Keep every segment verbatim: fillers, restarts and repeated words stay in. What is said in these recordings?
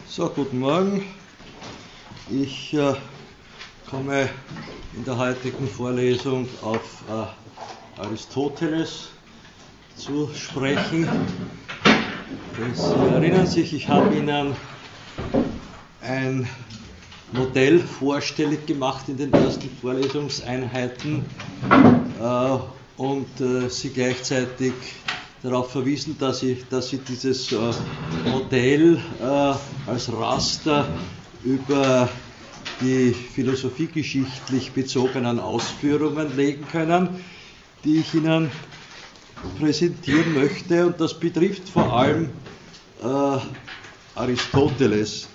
So, guten Morgen. Ich äh, komme in der heutigen Vorlesung auf äh, Aristoteles zu sprechen. Sie erinnern sich, ich habe Ihnen ein Modell vorstellig gemacht in den ersten Vorlesungseinheiten äh, und äh, Sie gleichzeitig darauf verwiesen, dass Sie, dass Sie dieses äh, Modell äh, als Raster über die philosophiegeschichtlich bezogenen Ausführungen legen können, die ich Ihnen präsentieren möchte. Und das betrifft vor allem äh, Aristoteles.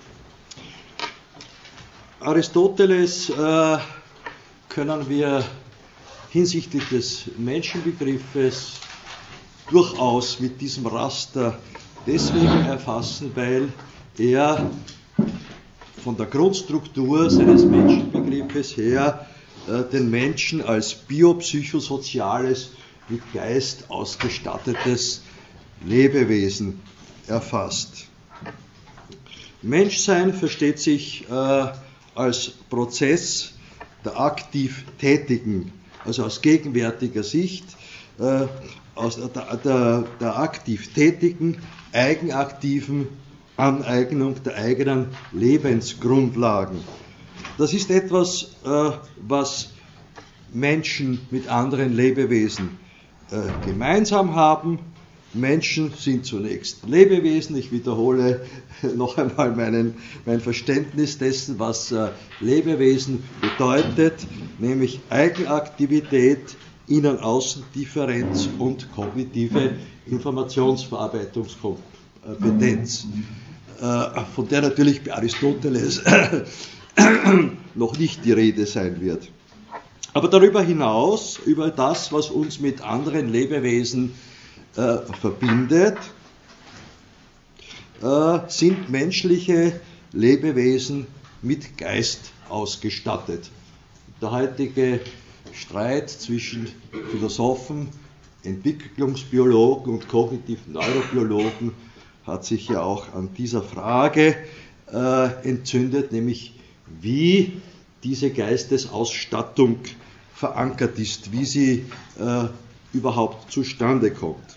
Aristoteles äh, können wir hinsichtlich des Menschenbegriffes durchaus mit diesem Raster deswegen erfassen, weil er von der Grundstruktur seines Menschenbegriffes her äh, den Menschen als biopsychosoziales, mit Geist ausgestattetes Lebewesen erfasst. Menschsein versteht sich äh, als Prozess der aktiv Tätigen, also aus gegenwärtiger Sicht, äh, aus der, der, der aktiv tätigen, eigenaktiven Aneignung der eigenen Lebensgrundlagen. Das ist etwas, äh, was Menschen mit anderen Lebewesen äh, gemeinsam haben. Menschen sind zunächst Lebewesen. Ich wiederhole noch einmal meinen, mein Verständnis dessen, was äh, Lebewesen bedeutet, nämlich Eigenaktivität, Innen-Außen-Differenz und kognitive Informationsverarbeitungskompetenz, äh, von der natürlich bei Aristoteles noch nicht die Rede sein wird. Aber darüber hinaus, über das, was uns mit anderen Lebewesen äh, verbindet, äh, sind menschliche Lebewesen mit Geist ausgestattet. Der heutige Streit zwischen Philosophen, Entwicklungsbiologen und kognitiven Neurobiologen hat sich ja auch an dieser Frage äh, entzündet, nämlich wie diese Geistesausstattung verankert ist, wie sie äh, überhaupt zustande kommt.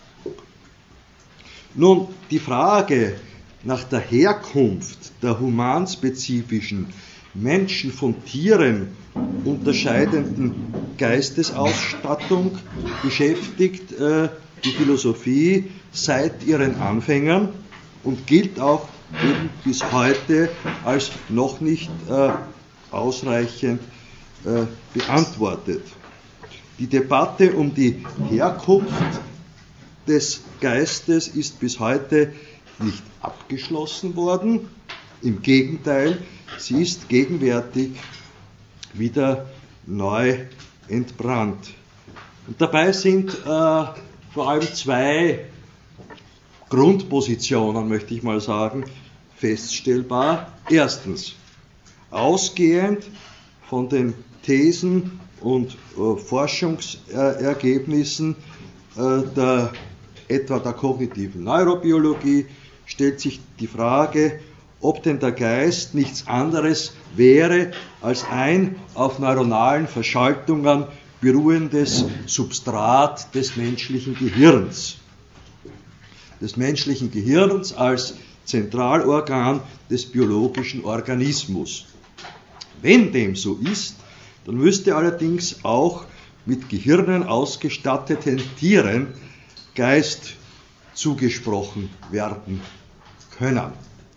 Nun, die Frage nach der Herkunft der humanspezifischen, Menschen von Tieren unterscheidenden Geistesausstattung beschäftigt äh, die Philosophie seit ihren Anfängern und gilt auch eben bis heute als noch nicht äh, ausreichend äh, beantwortet. Die Debatte um die Herkunft des Geistes ist bis heute nicht abgeschlossen worden. Im Gegenteil, sie ist gegenwärtig wieder neu entbrannt. Und dabei sind äh, vor allem zwei Grundpositionen, möchte ich mal sagen, feststellbar. Erstens, ausgehend von den Thesen und äh, Forschungsergebnissen äh, der, etwa der kognitiven Neurobiologie, stellt sich die Frage, ob denn der Geist nichts anderes wäre als ein auf neuronalen Verschaltungen beruhendes Substrat des menschlichen Gehirns. Des menschlichen Gehirns als Zentralorgan des biologischen Organismus. Wenn dem so ist, dann müsste allerdings auch mit Gehirnen ausgestatteten Tieren Geist zugesprochen werden können.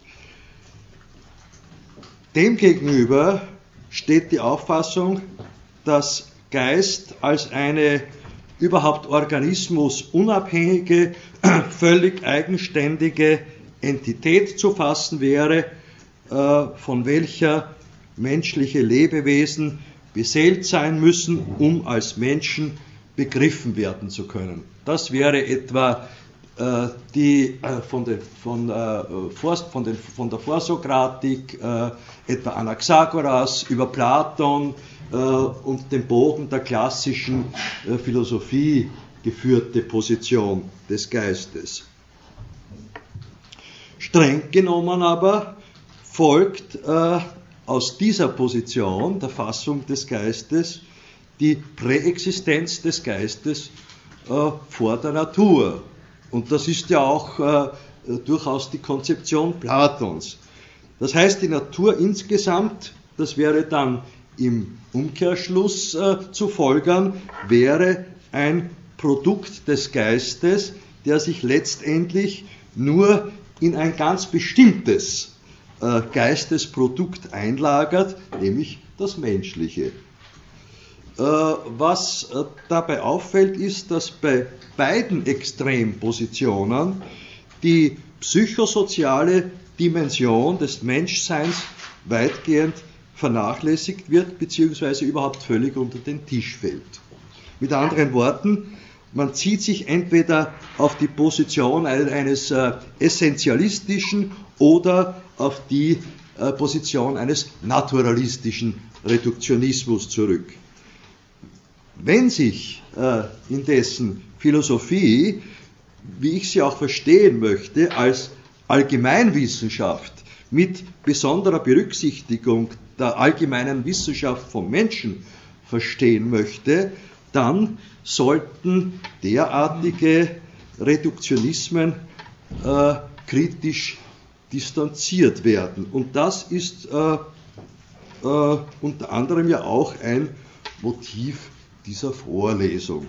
Demgegenüber steht die Auffassung, dass Geist als eine überhaupt organismusunabhängige, völlig eigenständige Entität zu fassen wäre, von welcher menschliche Lebewesen beseelt sein müssen, um als Menschen begriffen werden zu können. Das wäre etwa die von, den, von, äh, von, den, von der Vorsokratik, äh, etwa Anaxagoras über Platon äh, und den Bogen der klassischen äh, Philosophie geführte Position des Geistes. Streng genommen aber folgt äh, aus dieser Position der Fassung des Geistes die Präexistenz des Geistes äh, vor der Natur. Und das ist ja auch äh, durchaus die Konzeption Platons. Das heißt, die Natur insgesamt, das wäre dann im Umkehrschluss äh, zu folgern, wäre ein Produkt des Geistes, der sich letztendlich nur in ein ganz bestimmtes äh, Geistesprodukt einlagert, nämlich das Menschliche. Äh, was äh, dabei auffällt, ist, dass bei beiden Extrempositionen die psychosoziale Dimension des Menschseins weitgehend vernachlässigt wird, beziehungsweise überhaupt völlig unter den Tisch fällt. Mit anderen Worten, man zieht sich entweder auf die Position eines äh, essentialistischen oder auf die äh, Position eines naturalistischen Reduktionismus zurück. Wenn sich äh, indessen Philosophie, wie ich sie auch verstehen möchte, als Allgemeinwissenschaft mit besonderer Berücksichtigung der allgemeinen Wissenschaft vom Menschen verstehen möchte, dann sollten derartige Reduktionismen äh, kritisch distanziert werden. Und das ist äh, äh, unter anderem ja auch ein Motiv dieser Vorlesung.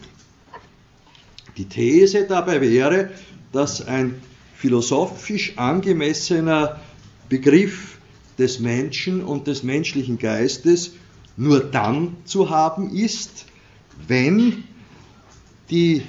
Die These dabei wäre, dass ein philosophisch angemessener Begriff des Menschen und des menschlichen Geistes nur dann zu haben ist, wenn die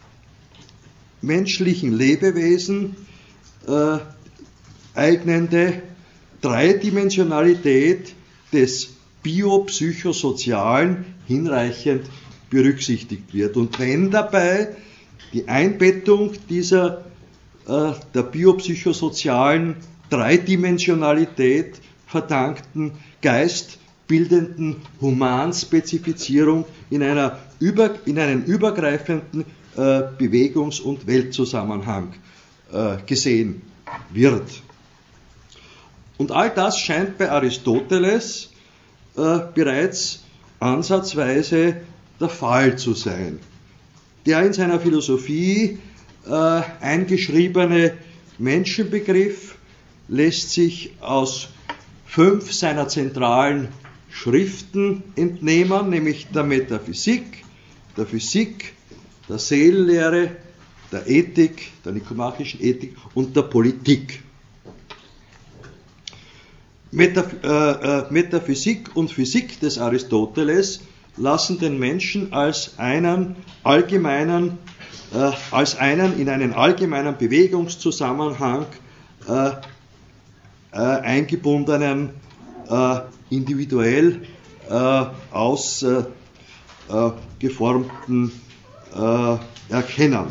menschlichen Lebewesen äh, eignende Dreidimensionalität des Biopsychosozialen hinreichend berücksichtigt wird. Und wenn dabei die Einbettung dieser äh, der biopsychosozialen Dreidimensionalität verdankten geistbildenden Humanspezifizierung in, einer über, in einen übergreifenden äh, Bewegungs- und Weltzusammenhang äh, gesehen wird. Und all das scheint bei Aristoteles äh, bereits ansatzweise der Fall zu sein. Der in seiner Philosophie äh, eingeschriebene Menschenbegriff lässt sich aus fünf seiner zentralen Schriften entnehmen, nämlich der Metaphysik, der Physik, der Seelenlehre, der Ethik, der nikomachischen Ethik und der Politik. Metaph- äh, äh, Metaphysik und Physik des Aristoteles lassen den Menschen als einen allgemeinen, äh, als einen in einen allgemeinen Bewegungszusammenhang äh, äh, eingebundenen, äh, individuell äh, ausgeformten äh, äh, erkennen.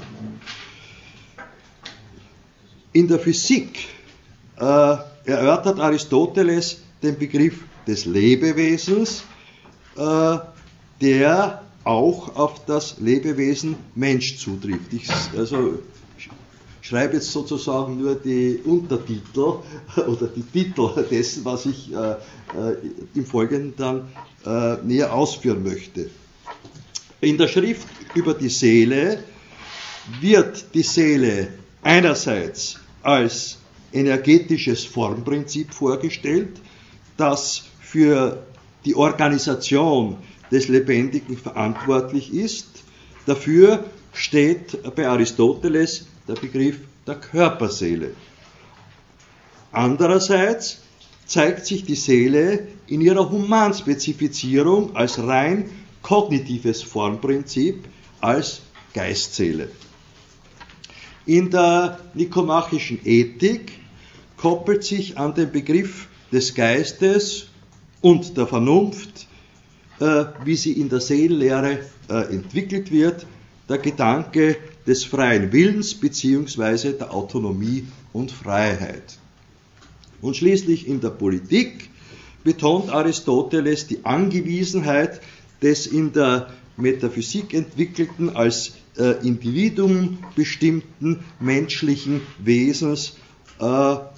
In der Physik äh, erörtert Aristoteles den Begriff des Lebewesens, äh, der auch auf das Lebewesen Mensch zutrifft. Ich also, schreibe jetzt sozusagen nur die Untertitel oder die Titel dessen, was ich äh, äh, im Folgenden dann äh, näher ausführen möchte. In der Schrift über die Seele wird die Seele einerseits als energetisches Formprinzip vorgestellt, das für die Organisation des Lebendigen verantwortlich ist. Dafür steht bei Aristoteles der Begriff der Körperseele. Andererseits zeigt sich die Seele in ihrer Humanspezifizierung als rein kognitives Formprinzip, als Geistseele. In der nikomachischen Ethik koppelt sich an den Begriff des Geistes und der Vernunft, äh, wie sie in der Seelenlehre äh, entwickelt wird, der Gedanke des freien Willens bzw. der Autonomie und Freiheit. Und schließlich in der Politik betont Aristoteles die Angewiesenheit des in der Metaphysik entwickelten, als äh, Individuum bestimmten menschlichen Wesens äh,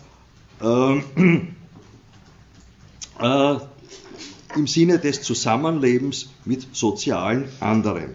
äh, äh, im Sinne des Zusammenlebens mit sozialen anderen.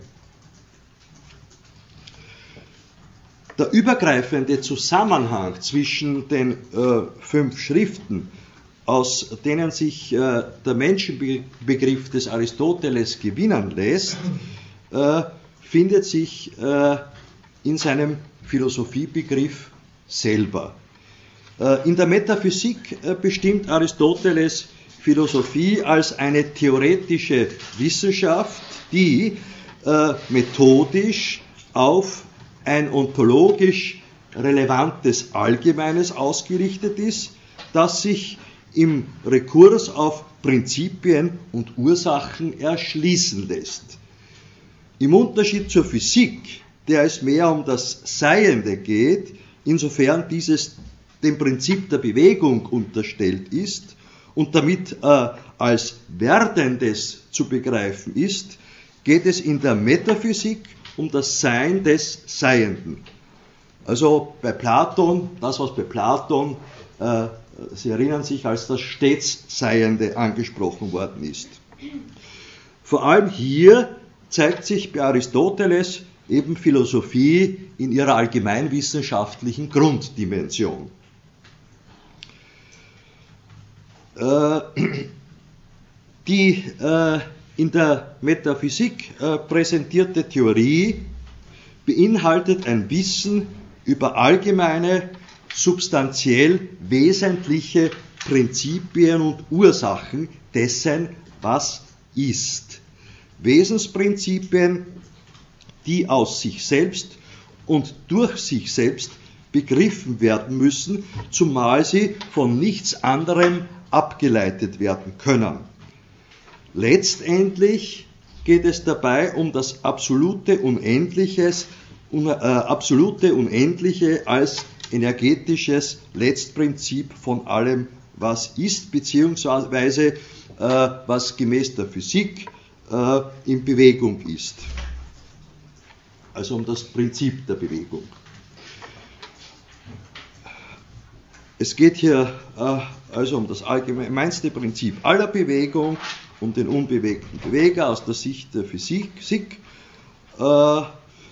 Der übergreifende Zusammenhang zwischen den äh, fünf Schriften, aus denen sich äh, der Menschenbegriff des Aristoteles gewinnen lässt, äh, findet sich äh, in seinem Philosophiebegriff selber. Äh, in der Metaphysik äh, bestimmt Aristoteles Philosophie als eine theoretische Wissenschaft, die äh, methodisch auf ein ontologisch relevantes Allgemeines ausgerichtet ist, das sich im Rekurs auf Prinzipien und Ursachen erschließen lässt. Im Unterschied zur Physik, der es mehr um das Seiende geht, insofern dieses dem Prinzip der Bewegung unterstellt ist und damit äh, als Werdendes zu begreifen ist, geht es in der Metaphysik um das Sein des Seienden. Also bei Platon, das was bei Platon, äh, Sie erinnern sich, als das stets Seiende angesprochen worden ist. Vor allem hier zeigt sich bei Aristoteles eben Philosophie in ihrer allgemeinwissenschaftlichen Grunddimension. Äh, die äh, in der Metaphysik äh, präsentierte Theorie beinhaltet ein Wissen über allgemeine, substanziell wesentliche Prinzipien und Ursachen dessen, was ist. Wesensprinzipien, die aus sich selbst und durch sich selbst begriffen werden müssen, zumal sie von nichts anderem abgeleitet werden können. Letztendlich geht es dabei um das absolute Unendliches, un, äh, absolute Unendliche als energetisches Letztprinzip von allem, was ist, beziehungsweise äh, was gemäß der Physik äh, in Bewegung ist. Also um das Prinzip der Bewegung. Es geht hier äh, also um das allgemeinste Prinzip aller Bewegung, um den unbewegten Beweger aus der Sicht der Physik, äh, äh,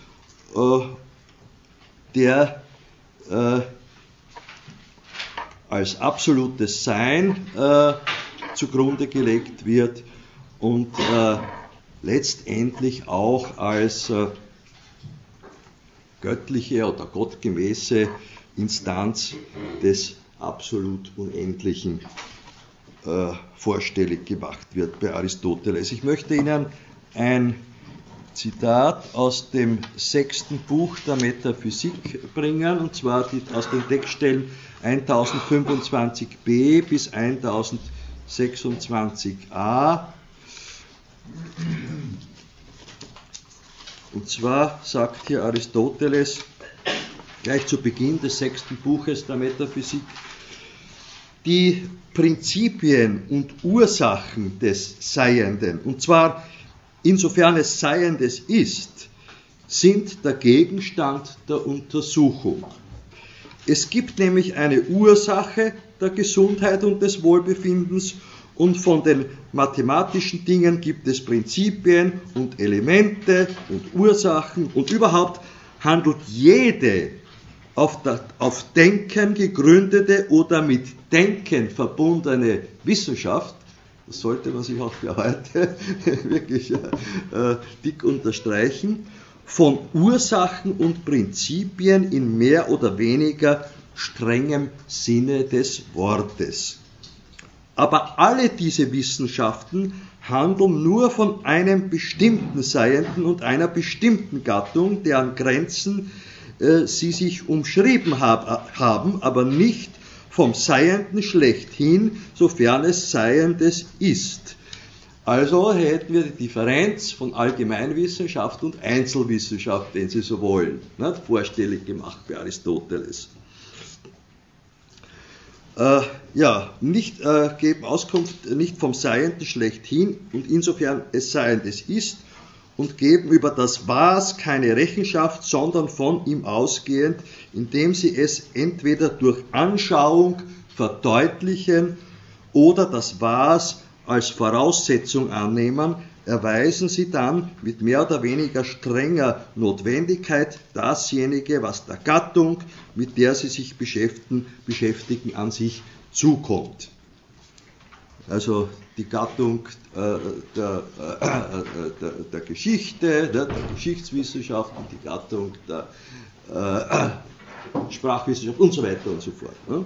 der äh, als absolutes Sein äh, zugrunde gelegt wird und äh, letztendlich auch als äh, göttliche oder gottgemäße Instanz des absolut Unendlichen äh, vorstellig gemacht wird bei Aristoteles. Ich möchte Ihnen ein Zitat aus dem sechsten Buch der Metaphysik bringen, und zwar die, aus den Textstellen tausendfünfundzwanzig b bis tausendsechsundzwanzig a. Und zwar sagt hier Aristoteles gleich zu Beginn des sechsten Buches der Metaphysik: Die Prinzipien und Ursachen des Seienden, und zwar insofern es Seiendes ist, sind der Gegenstand der Untersuchung. Es gibt nämlich eine Ursache der Gesundheit und des Wohlbefindens, und von den mathematischen Dingen gibt es Prinzipien und Elemente und Ursachen, und überhaupt handelt jede auf, der, auf Denken gegründete oder mit Denken verbundene Wissenschaft, das sollte man sich auch für heute wirklich äh, dick unterstreichen, von Ursachen und Prinzipien in mehr oder weniger strengem Sinne des Wortes. Aber alle diese Wissenschaften handeln nur von einem bestimmten Seienden und einer bestimmten Gattung, deren Grenzen äh, sie sich umschrieben hab, haben, aber nicht vom Seienden schlechthin, sofern es Seiendes ist. Also hätten wir die Differenz von Allgemeinwissenschaft und Einzelwissenschaft, wenn Sie so wollen, nicht, vorstellig gemacht bei Aristoteles. Äh, ja, nicht äh, geben Auskunft nicht vom Seienden schlechthin und insofern es Seiendes ist, und geben über das Was keine Rechenschaft, sondern von ihm ausgehend, indem sie es entweder durch Anschauung, verdeutlichen oder das Was als Voraussetzung annehmen, erweisen sie dann mit mehr oder weniger strenger Notwendigkeit dasjenige, was der Gattung, mit der sie sich beschäftigen, beschäftigen an sich zukommt. Also die Gattung äh, der, äh, der, der Geschichte, der, der Geschichtswissenschaften, die Gattung der äh, Sprachwissenschaft und so weiter und so fort. Ne?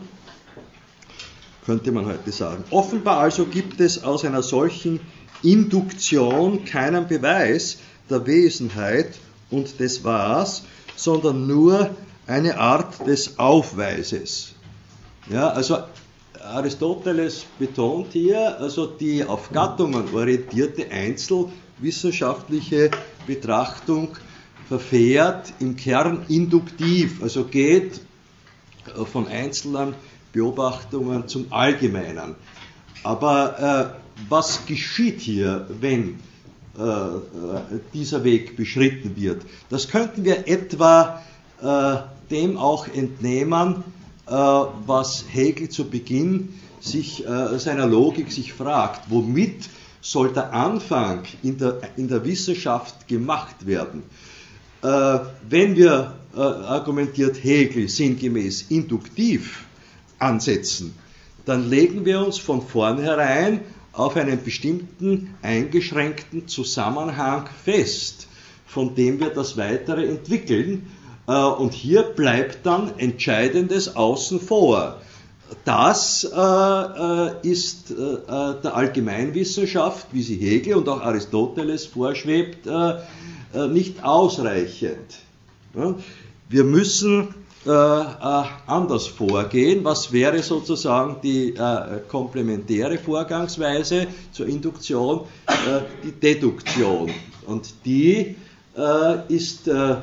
Könnte man heute sagen. Offenbar also gibt es aus einer solchen Induktion keinen Beweis der Wesenheit und des Was, sondern nur eine Art des Aufweises. Ja, also Aristoteles betont hier, also die auf Gattungen orientierte einzelwissenschaftliche Betrachtung verfährt im Kern induktiv, also geht von einzelnen Beobachtungen zum Allgemeinen. Aber äh, was geschieht hier, wenn äh, dieser Weg beschritten wird? Das könnten wir etwa äh, dem auch entnehmen, äh, was Hegel zu Beginn sich, äh, seiner Logik sich fragt. Womit soll der Anfang in der, in der Wissenschaft gemacht werden? Äh, wenn wir, äh, argumentiert Hegel sinngemäß, induktiv ansetzen, dann legen wir uns von vornherein auf einen bestimmten eingeschränkten Zusammenhang fest, von dem wir das Weitere entwickeln. Und hier bleibt dann Entscheidendes außen vor. Das äh, ist äh, der Allgemeinwissenschaft, wie sie Hegel und auch Aristoteles vorschwebt, äh, nicht ausreichend. Wir müssen Äh, äh, anders vorgehen. Was wäre sozusagen die äh, komplementäre Vorgangsweise zur Induktion? Äh, die Deduktion. Und die äh, ist äh,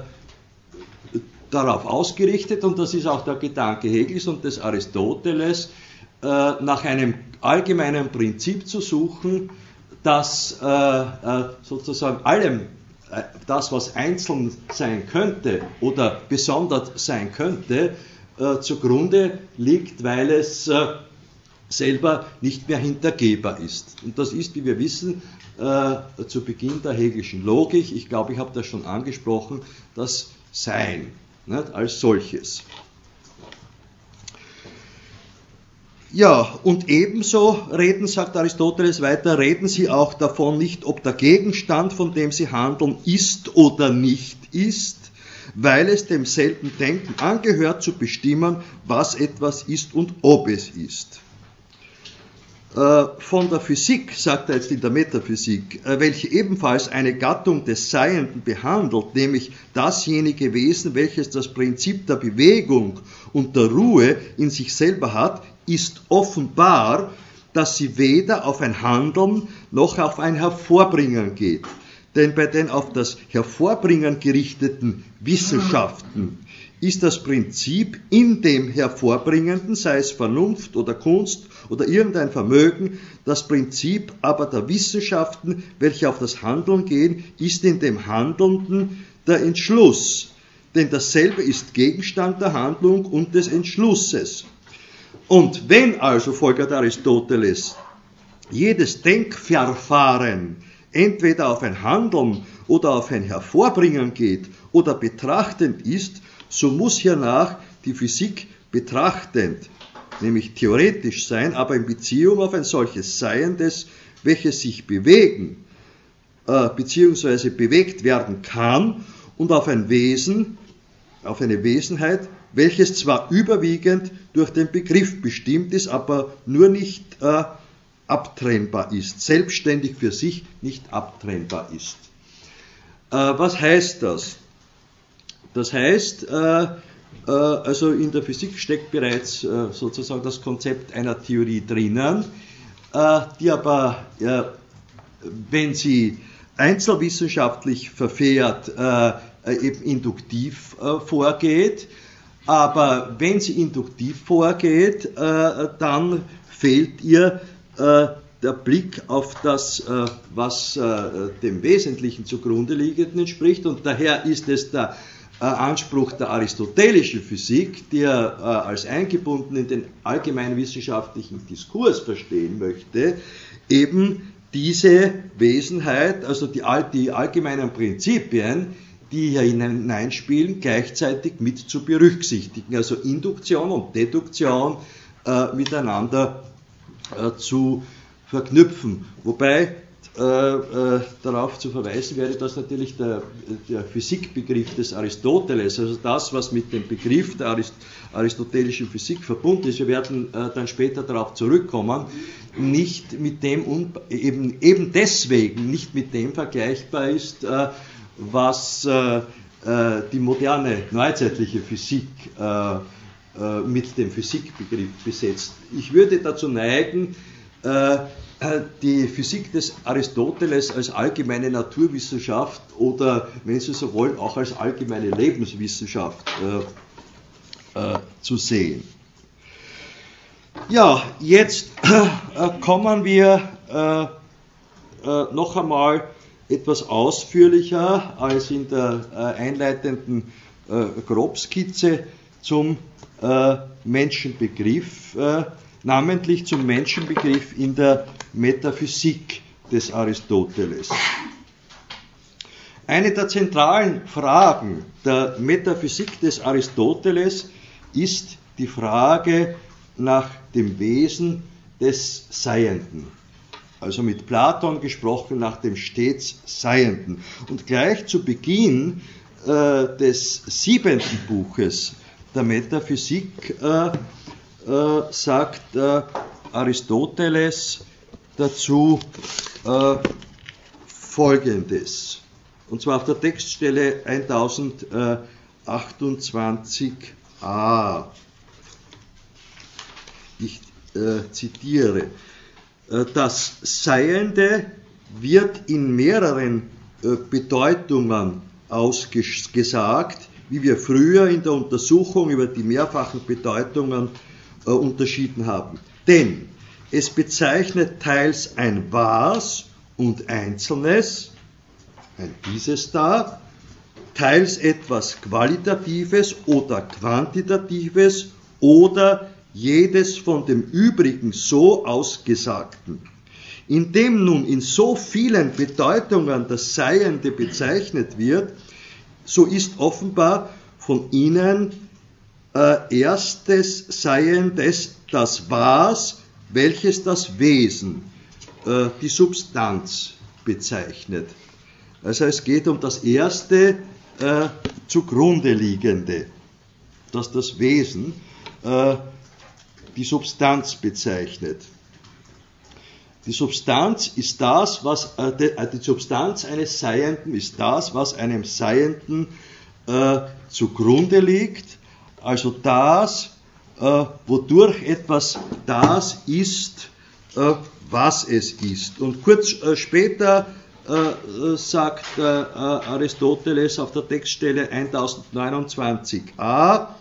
darauf ausgerichtet, und das ist auch der Gedanke Hegels und des Aristoteles, äh, nach einem allgemeinen Prinzip zu suchen, das äh, äh, sozusagen allem das, was einzeln sein könnte oder besonders sein könnte, äh, zugrunde liegt, weil es äh, selber nicht mehr hintergehbar ist. Und das ist, wie wir wissen, äh, zu Beginn der Hegelischen Logik, ich glaube, ich habe das schon angesprochen, das Sein, nicht, als solches. Ja, und ebenso reden, sagt Aristoteles weiter, reden sie auch davon nicht, ob der Gegenstand, von dem sie handeln, ist oder nicht ist, weil es demselben Denken angehört, zu bestimmen, was etwas ist und ob es ist. Äh, von der Physik, sagt er jetzt in der Metaphysik, äh, welche ebenfalls eine Gattung des Seienden behandelt, nämlich dasjenige Wesen, welches das Prinzip der Bewegung und der Ruhe in sich selber hat, ist offenbar, dass sie weder auf ein Handeln noch auf ein Hervorbringen geht. Denn bei den auf das Hervorbringen gerichteten Wissenschaften ist das Prinzip in dem Hervorbringenden, sei es Vernunft oder Kunst oder irgendein Vermögen, das Prinzip aber der Wissenschaften, welche auf das Handeln gehen, ist in dem Handelnden der Entschluss. Denn dasselbe ist Gegenstand der Handlung und des Entschlusses. Und wenn also, folgert Aristoteles, jedes Denkverfahren entweder auf ein Handeln oder auf ein Hervorbringen geht oder betrachtend ist, so muss hiernach die Physik betrachtend, nämlich theoretisch sein, aber in Beziehung auf ein solches Seiendes, welches sich bewegen äh, bzw. bewegt werden kann und auf ein Wesen, auf eine Wesenheit, welches zwar überwiegend durch den Begriff bestimmt ist, aber nur nicht äh, abtrennbar ist, selbstständig für sich nicht abtrennbar ist. Äh, was heißt das? Das heißt, äh, äh, also in der Physik steckt bereits äh, sozusagen das Konzept einer Theorie drinnen, äh, die aber, äh, wenn sie einzelwissenschaftlich verfährt, äh, eben induktiv äh, vorgeht. Aber wenn sie induktiv vorgeht, äh, dann fehlt ihr äh, der Blick auf das, äh, was äh, dem Wesentlichen zugrunde liegenden entspricht. Und daher ist es der Anspruch der aristotelischen Physik, die er äh, als eingebunden in den allgemeinwissenschaftlichen Diskurs verstehen möchte, eben diese Wesenheit, also die, die allgemeinen Prinzipien, die hier hineinspielen, gleichzeitig mit zu berücksichtigen, also Induktion und Deduktion äh, miteinander äh, zu verknüpfen. Wobei äh, äh, darauf zu verweisen wäre, dass natürlich der, der Physikbegriff des Aristoteles, also das, was mit dem Begriff der Arist aristotelischen Physik verbunden ist, wir werden äh, dann später darauf zurückkommen, nicht mit dem, eben, eben deswegen nicht mit dem vergleichbar ist, äh, was äh, äh, die moderne neuzeitliche Physik äh, äh, mit dem Physikbegriff besetzt. Ich würde dazu neigen, äh, die Physik des Aristoteles als allgemeine Naturwissenschaft oder, wenn Sie so wollen, auch als allgemeine Lebenswissenschaft äh, äh, zu sehen. Ja, jetzt äh, kommen wir äh, äh, noch einmal etwas ausführlicher als in der äh, einleitenden äh, Grobskizze zum äh, Menschenbegriff, äh, namentlich zum Menschenbegriff in der Metaphysik des Aristoteles. Eine der zentralen Fragen der Metaphysik des Aristoteles ist die Frage nach dem Wesen des Seienden. Also mit Platon gesprochen nach dem stets Seienden. Und gleich zu Beginn äh, des siebenten Buches der Metaphysik äh, äh, sagt äh, Aristoteles dazu äh, Folgendes. Und zwar auf der Textstelle tausendachtundzwanzig a. Ich äh, zitiere. Das Seiende wird in mehreren äh, Bedeutungen ausgesagt, wie wir früher in der Untersuchung über die mehrfachen Bedeutungen äh, unterschieden haben. Denn es bezeichnet teils ein Was und Einzelnes, ein dieses da, teils etwas Qualitatives oder Quantitatives oder jedes von dem übrigen so Ausgesagten. Indem nun in so vielen Bedeutungen das Seiende bezeichnet wird, so ist offenbar von ihnen äh, erstes Seiendes das Was, welches das Wesen, äh, die Substanz bezeichnet. Also es geht um das erste äh, zugrunde liegende, dass das Wesen äh, die Substanz bezeichnet. Die Substanz ist das, was äh, die, äh, die Substanz eines Seienden ist das, was einem Seienden äh, zugrunde liegt, also das, äh, wodurch etwas das ist, äh, was es ist. Und kurz äh, später äh, sagt äh, Aristoteles auf der Textstelle tausendneunundzwanzig a,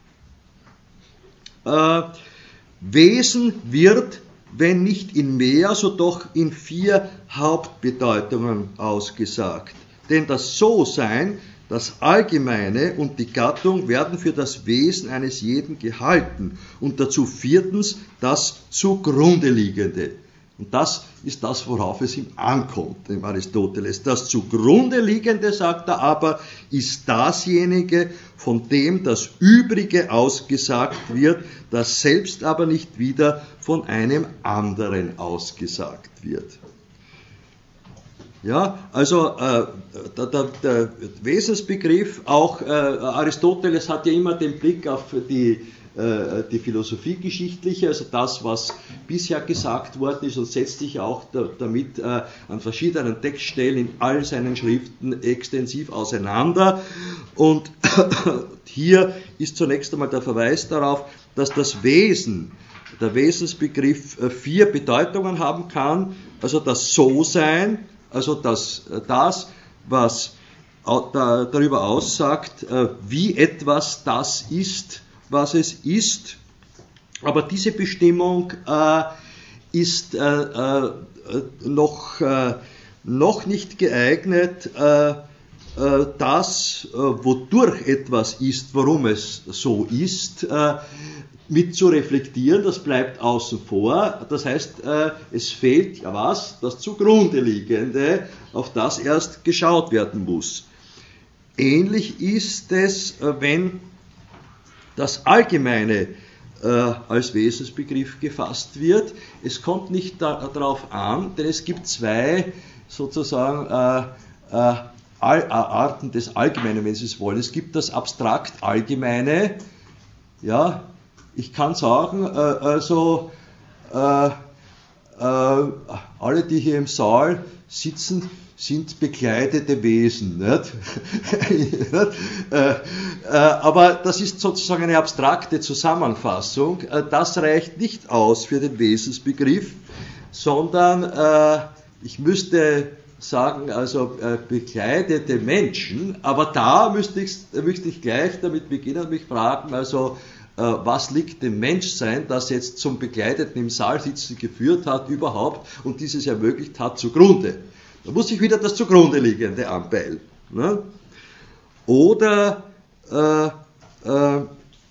äh, Wesen wird, wenn nicht in mehr, so doch in vier Hauptbedeutungen ausgesagt. Denn das So-Sein, das Allgemeine und die Gattung werden für das Wesen eines jeden gehalten und dazu viertens das Zugrunde liegende. Und das ist das, worauf es ihm ankommt, dem Aristoteles. Das Zugrunde liegende, sagt er aber, ist dasjenige, von dem das Übrige ausgesagt wird, das selbst aber nicht wieder von einem anderen ausgesagt wird. Ja, also äh, der, der, der Wesensbegriff, auch äh, Aristoteles hat ja immer den Blick auf die die philosophiegeschichtliche, also das, was bisher gesagt worden ist, und setzt sich auch da, damit äh, an verschiedenen Textstellen in all seinen Schriften extensiv auseinander. Und hier ist zunächst einmal der Verweis darauf, dass das Wesen, der Wesensbegriff äh, vier Bedeutungen haben kann, also das So-Sein, also das, das was da, darüber aussagt, äh, wie etwas das ist, was es ist, aber diese Bestimmung äh, ist äh, äh, noch, äh, noch nicht geeignet, äh, äh, das, äh, wodurch etwas ist, warum es so ist, äh, mit zu reflektieren, das bleibt außen vor. Das heißt, äh, es fehlt ja was, das zugrunde liegende, auf das erst geschaut werden muss. Ähnlich ist es, äh, wenn das Allgemeine äh, als Wesensbegriff gefasst wird. Es kommt nicht da, darauf an, denn es gibt zwei sozusagen äh, äh, All, äh, Arten des Allgemeinen, wenn Sie es wollen. Es gibt das abstrakt Allgemeine, ja, ich kann sagen, äh, also äh, äh, alle, die hier im Saal sitzen, sind bekleidete Wesen. Nicht? äh, äh, aber das ist sozusagen eine abstrakte Zusammenfassung. Äh, das reicht nicht aus für den Wesensbegriff, sondern äh, ich müsste sagen, also äh, bekleidete Menschen, aber da müsste ich, müsste ich gleich damit beginnen und mich fragen, also was liegt dem Menschsein, das jetzt zum Bekleideten im Saal sitzen geführt hat, überhaupt und dieses ermöglicht hat, zugrunde. Da muss ich wieder das zugrunde liegende anpeilen. Ne? Oder äh, äh,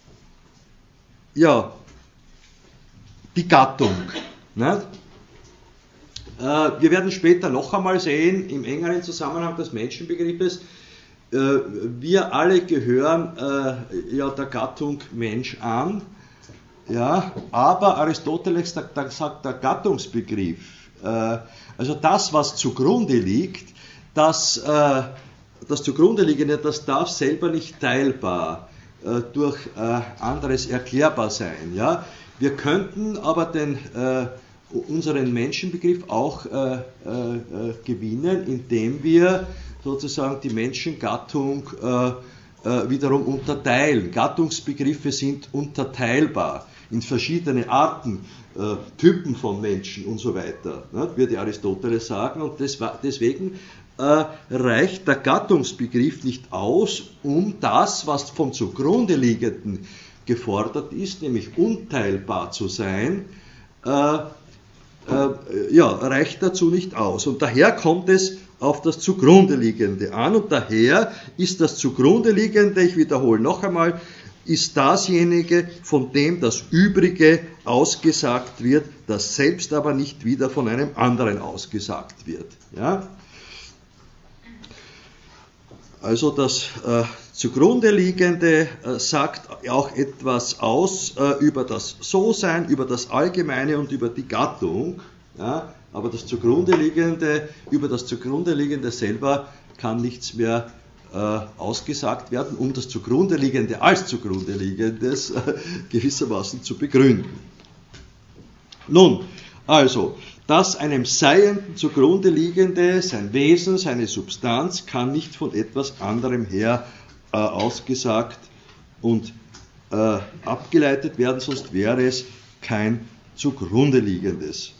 ja, die Gattung. Ne? Äh, wir werden später noch einmal sehen, im engeren Zusammenhang des Menschenbegriffes, wir alle gehören äh, ja der Gattung Mensch an, ja, aber Aristoteles sagt, sagt der Gattungsbegriff, äh, also das, was zugrunde liegt, das, äh, das zugrunde liegende, das darf selber nicht teilbar äh, durch äh, anderes erklärbar sein. Ja. Wir könnten aber den, äh, unseren Menschenbegriff auch äh, äh, gewinnen, indem wir sozusagen die Menschengattung äh, äh, wiederum unterteilen. Gattungsbegriffe sind unterteilbar in verschiedene Arten, äh, Typen von Menschen und so weiter, ne, würde Aristoteles sagen. Und des, deswegen äh, reicht der Gattungsbegriff nicht aus, um das, was vom zugrunde liegenden gefordert ist, nämlich unteilbar zu sein, äh, äh, ja, reicht dazu nicht aus. Und daher kommt es auf das zugrunde liegende an und daher ist das zugrunde liegende, ich wiederhole noch einmal, ist dasjenige, von dem das Übrige ausgesagt wird, das selbst aber nicht wieder von einem anderen ausgesagt wird. Ja? Also das äh, zugrunde liegende äh, sagt auch etwas aus äh, über das So-Sein, über das Allgemeine und über die Gattung. Ja? Aber das zugrunde liegende, über das zugrunde liegende selber kann nichts mehr äh, ausgesagt werden, um das zugrunde liegende als zugrunde liegendes äh, gewissermaßen zu begründen. Nun, also, das einem Seienden zugrunde liegende, sein Wesen, seine Substanz, kann nicht von etwas anderem her äh, ausgesagt und äh, abgeleitet werden, sonst wäre es kein zugrunde liegendes.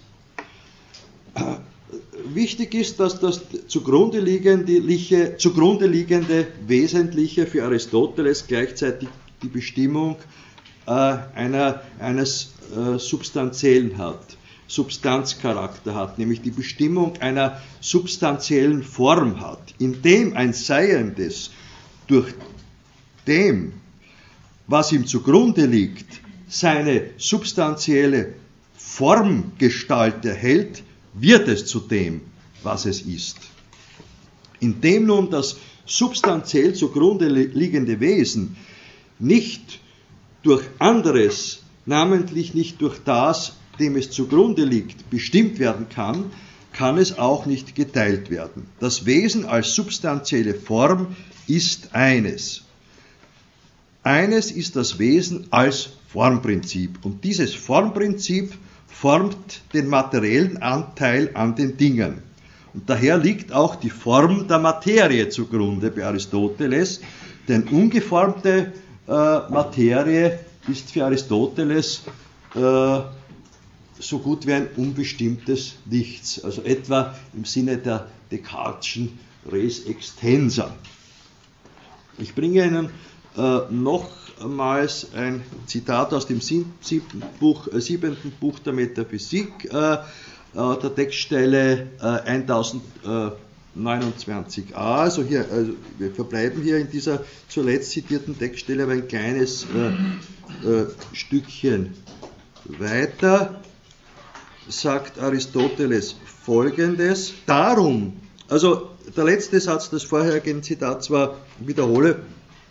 Wichtig ist, dass das zugrunde liegende, zugrunde liegende Wesentliche für Aristoteles gleichzeitig die Bestimmung äh, einer, eines äh, Substanziellen hat, Substanzcharakter hat, nämlich die Bestimmung einer substanziellen Form hat, indem ein Seiendes durch dem, was ihm zugrunde liegt, seine substanzielle Formgestalt erhält, wird es zu dem, was es ist. Indem nun das substanziell zugrunde liegende Wesen nicht durch anderes, namentlich nicht durch das, dem es zugrunde liegt, bestimmt werden kann, kann es auch nicht geteilt werden. Das Wesen als substanzielle Form ist eines. Eines ist das Wesen als Formprinzip. Und dieses Formprinzip formt den materiellen Anteil an den Dingen. Und daher liegt auch die Form der Materie zugrunde bei Aristoteles, denn ungeformte äh, Materie ist für Aristoteles äh, so gut wie ein unbestimmtes Nichts, also etwa im Sinne der Descartes'schen Res extensa. Ich bringe Ihnen äh, nochmals ein Zitat aus dem siebten Buch, äh, siebenten Buch der Metaphysik, äh, äh, der Textstelle äh, eintausenddreihundertfünfundachtzig neunundzwanzig a, also hier, also wir verbleiben hier in dieser zuletzt zitierten Textstelle aber ein kleines äh, äh, Stückchen weiter, sagt Aristoteles Folgendes: Darum, also der letzte Satz des vorherigen Zitats war, wiederhole,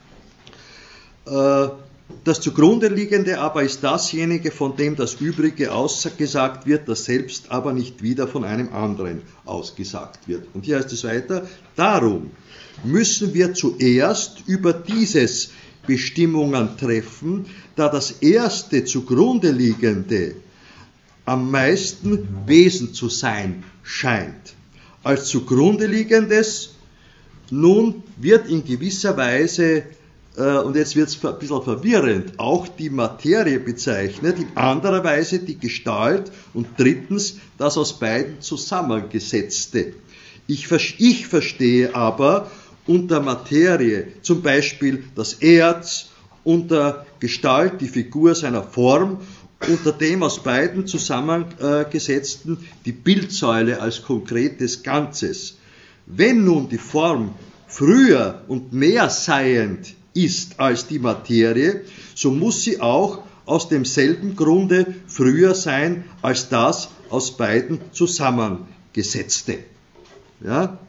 äh, das zugrunde liegende aber ist dasjenige, von dem das Übrige ausgesagt wird, das selbst aber nicht wieder von einem anderen ausgesagt wird. Und hier heißt es weiter: Darum müssen wir zuerst über dieses Bestimmungen treffen, da das erste zugrunde liegende am meisten Wesen zu sein scheint. Als zugrunde liegendes nun wird in gewisser Weise, und jetzt wird es ein bisschen verwirrend, auch die Materie bezeichnet, in anderer Weise die Gestalt und drittens das aus beiden Zusammengesetzte. Ich, ich verstehe aber unter Materie zum Beispiel das Erz, unter Gestalt die Figur seiner Form, unter dem aus beiden zusammengesetzten die Bildsäule als konkretes Ganzes. Wenn nun die Form früher und mehr seiend ist als die Materie, so muss sie auch aus demselben Grunde früher sein als das aus beiden zusammengesetzte. Ja?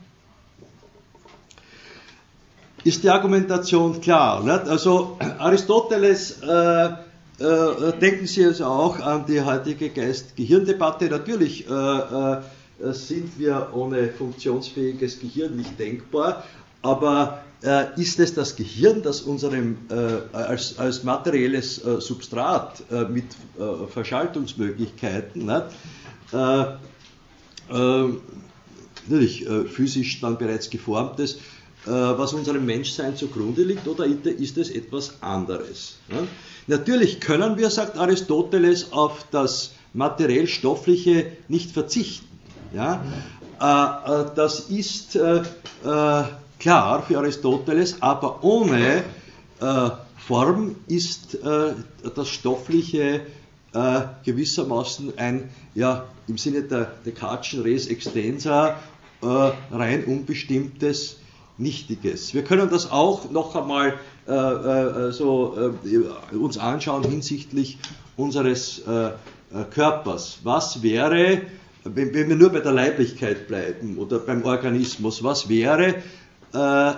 Ist die Argumentation klar? Nicht? Also Aristoteles, äh, äh, denken Sie also auch an die heutige Geist-Gehirn-Debatte. Natürlich äh, äh, sind wir ohne funktionsfähiges Gehirn nicht denkbar, aber äh, ist es das Gehirn, das unserem äh, als, als materielles äh, Substrat äh, mit äh, Verschaltungsmöglichkeiten, ne, äh, äh, natürlich äh, physisch dann bereits geformtes, äh, was unserem Menschsein zugrunde liegt, oder ist es etwas anderes? Ne? Natürlich können wir, sagt Aristoteles, auf das materiell-stoffliche nicht verzichten. Ja? Äh, äh, das ist äh, äh, klar für Aristoteles, aber ohne äh, Form ist äh, das Stoffliche äh, gewissermaßen ein, ja, im Sinne der Descartes'schen Res Extensa, äh, rein unbestimmtes, Nichtiges. Wir können das auch noch einmal äh, äh, so äh, uns anschauen hinsichtlich unseres äh, Körpers. Was wäre, wenn, wenn wir nur bei der Leiblichkeit bleiben oder beim Organismus, was wäre äh,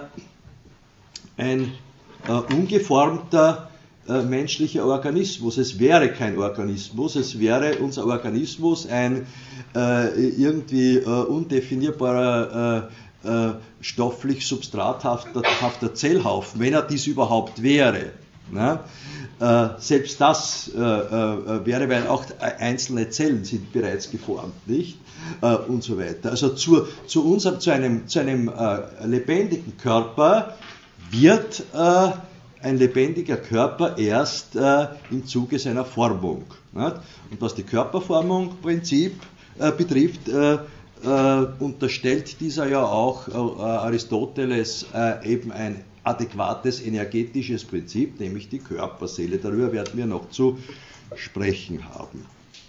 ein äh, ungeformter äh, menschlicher Organismus? Es wäre kein Organismus, es wäre unser Organismus ein äh, irgendwie äh, undefinierbarer äh, Äh, stofflich substrathafter Zellhaufen, wenn er dies überhaupt wäre. Ne? Äh, selbst das äh, äh, wäre, weil auch einzelne Zellen sind bereits geformt, nicht? Äh, und so weiter. Also zu, zu, unserem, zu einem, zu einem äh, lebendigen Körper wird äh, ein lebendiger Körper erst äh, im Zuge seiner Formung. Nicht? Und was die Körperformung Prinzip äh, betrifft, äh, Äh, unterstellt dieser ja auch äh, Aristoteles äh, eben ein adäquates energetisches Prinzip, nämlich die Körperseele. Darüber werden wir noch zu sprechen haben.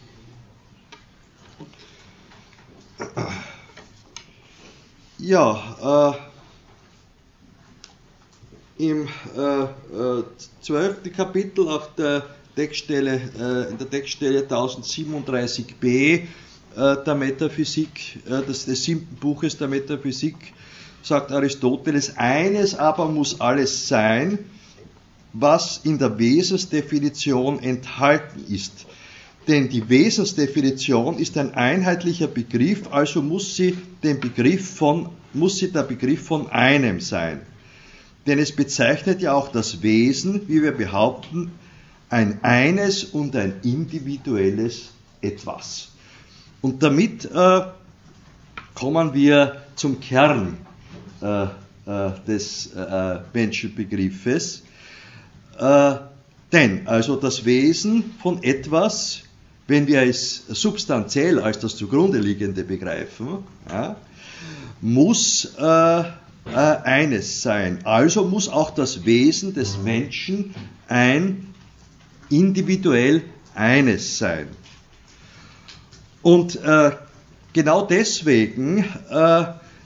Ja, äh, im äh, äh, zwölften Kapitel auf der Textstelle, äh, in der Textstelle tausendsiebenunddreißig b der Metaphysik, des, des siebten Buches der Metaphysik, sagt Aristoteles: Eines aber muss alles sein, was in der Wesensdefinition enthalten ist. Denn die Wesensdefinition ist ein einheitlicher Begriff, also muss sie, den Begriff von, muss sie der Begriff von einem sein. Denn es bezeichnet ja auch das Wesen, wie wir behaupten, ein eines und ein individuelles Etwas. Und damit äh, kommen wir zum Kern äh, äh, des äh, Menschenbegriffes. Äh, denn also das Wesen von etwas, wenn wir es substanziell als das zugrunde liegende begreifen, ja, muss äh, äh, eines sein. Also muss auch das Wesen des Menschen ein individuell eines sein. Und äh, genau deswegen äh,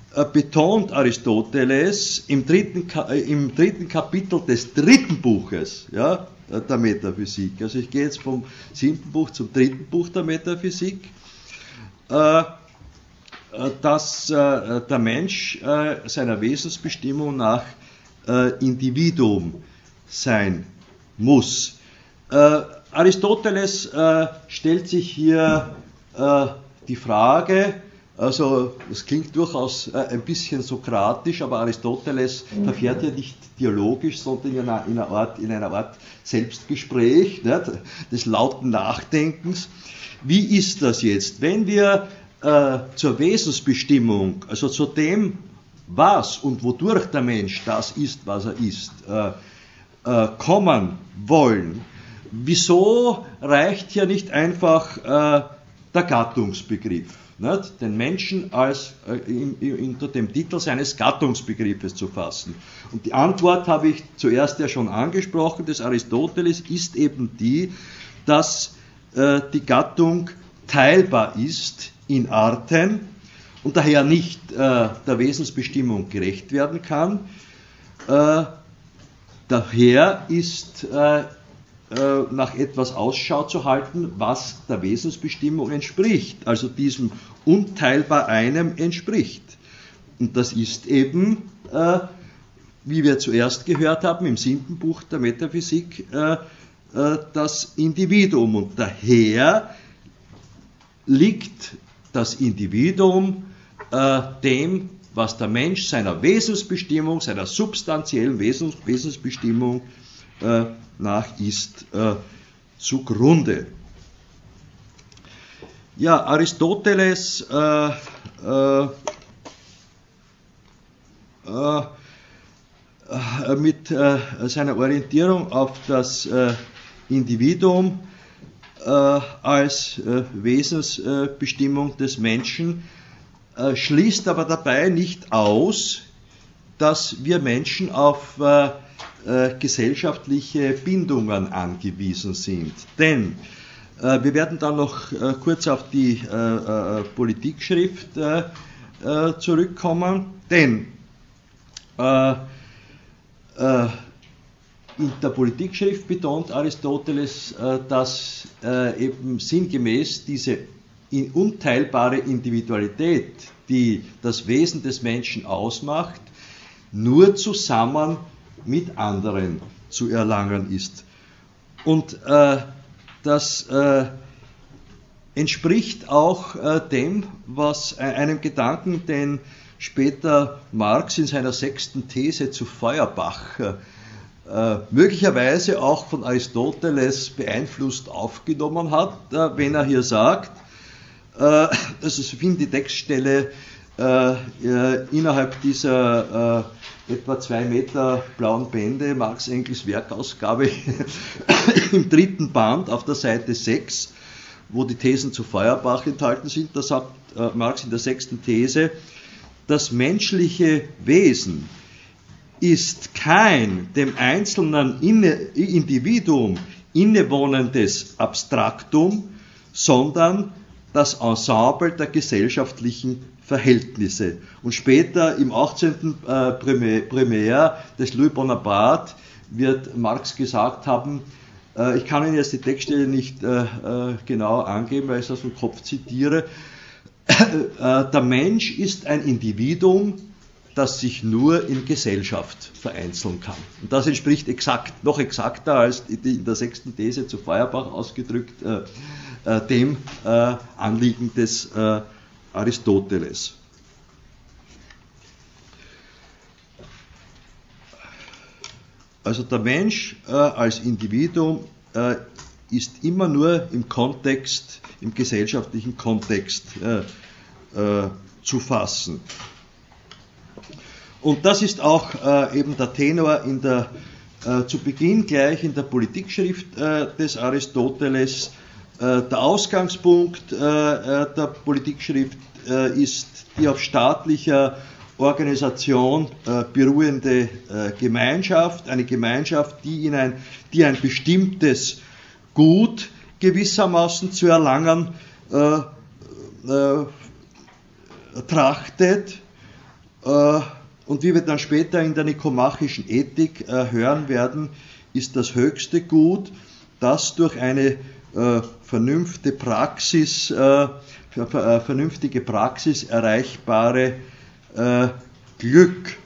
äh, betont Aristoteles im dritten, äh, im dritten Kapitel des dritten Buches, ja, der Metaphysik. Also ich gehe jetzt vom siebten Buch zum dritten Buch der Metaphysik, äh, dass äh, der Mensch äh, seiner Wesensbestimmung nach äh, Individuum sein muss. Äh, Aristoteles äh, stellt sich hier äh, die Frage, also das klingt durchaus äh, ein bisschen sokratisch, aber Aristoteles verfährt ja nicht dialogisch, sondern in einer, in einer Art, in einer Art Selbstgespräch, nicht, des lauten Nachdenkens. Wie ist das jetzt, wenn wir äh, zur Wesensbestimmung, also zu dem, was und wodurch der Mensch das ist, was er ist, äh, äh, kommen wollen? Wieso reicht hier nicht einfach äh, der Gattungsbegriff, nicht? Den Menschen als äh, in, in, unter dem Titel seines Gattungsbegriffes zu fassen? Und die Antwort habe ich zuerst ja schon angesprochen, des Aristoteles ist eben die, dass äh, die Gattung teilbar ist in Arten und daher nicht äh, der Wesensbestimmung gerecht werden kann. Äh, daher ist äh, nach etwas Ausschau zu halten, was der Wesensbestimmung entspricht, also diesem unteilbar einem entspricht. Und das ist eben, äh, wie wir zuerst gehört haben, im siebten Buch der Metaphysik, äh, äh, das Individuum. Und daher liegt das Individuum äh, dem, was der Mensch seiner Wesensbestimmung, seiner substanziellen Wesens, Wesensbestimmung äh, nach ist, äh, zugrunde. Ja, Aristoteles äh, äh, äh, mit äh, seiner Orientierung auf das äh, Individuum äh, als äh, Wesensbestimmung des Menschen äh, schließt aber dabei nicht aus, dass wir Menschen auf äh, äh, gesellschaftliche Bindungen angewiesen sind. Denn äh, wir werden dann noch äh, kurz auf die äh, äh, Politikschrift äh, äh, zurückkommen, denn äh, äh, in der Politikschrift betont Aristoteles, äh, dass äh, eben sinngemäß diese in unteilbare Individualität, die das Wesen des Menschen ausmacht, nur zusammen mit anderen zu erlangen ist. Und äh, das äh, entspricht auch äh, dem, was äh, einem Gedanken, den später Marx in seiner sechsten These zu Feuerbach äh, äh, möglicherweise auch von Aristoteles beeinflusst aufgenommen hat, äh, wenn er hier sagt, äh, also ich finde die Textstelle äh, äh, innerhalb dieser äh, etwa zwei Meter blauen Bände, Marx Engels Werkausgabe im dritten Band auf der Seite sechs, wo die Thesen zu Feuerbach enthalten sind. Da sagt äh, Marx in der sechsten These, das menschliche Wesen ist kein dem einzelnen inne, Individuum innewohnendes Abstraktum, sondern das Ensemble der gesellschaftlichen Verhältnisse. Und später im achtzehnten Äh, Primär des Louis Bonaparte wird Marx gesagt haben, äh, ich kann Ihnen jetzt die Textstelle nicht äh, äh, genau angeben, weil ich es aus dem Kopf zitiere, äh, der Mensch ist ein Individuum, das sich nur in Gesellschaft vereinzeln kann. Und das entspricht exakt, noch exakter als die in der sechsten These zu Feuerbach ausgedrückt, äh, äh, dem äh, Anliegen des äh, Aristoteles. Also der Mensch äh, als Individuum äh, ist immer nur im Kontext, im gesellschaftlichen Kontext äh, äh, zu fassen. Und das ist auch äh, eben der Tenor in der, äh, zu Beginn gleich in der Politikschrift äh, des Aristoteles. Äh, der Ausgangspunkt äh, der Politikschrift äh, ist die auf staatlicher Organisation äh, beruhende äh, Gemeinschaft, eine Gemeinschaft, die, in ein, die ein bestimmtes Gut gewissermaßen zu erlangen äh, äh, trachtet Äh, und wie wir dann später in der nikomachischen Ethik äh, hören werden, ist das höchste Gut, das durch eine äh, vernünftige Praxis, äh, vernünftige Praxis erreichbare äh, Glück.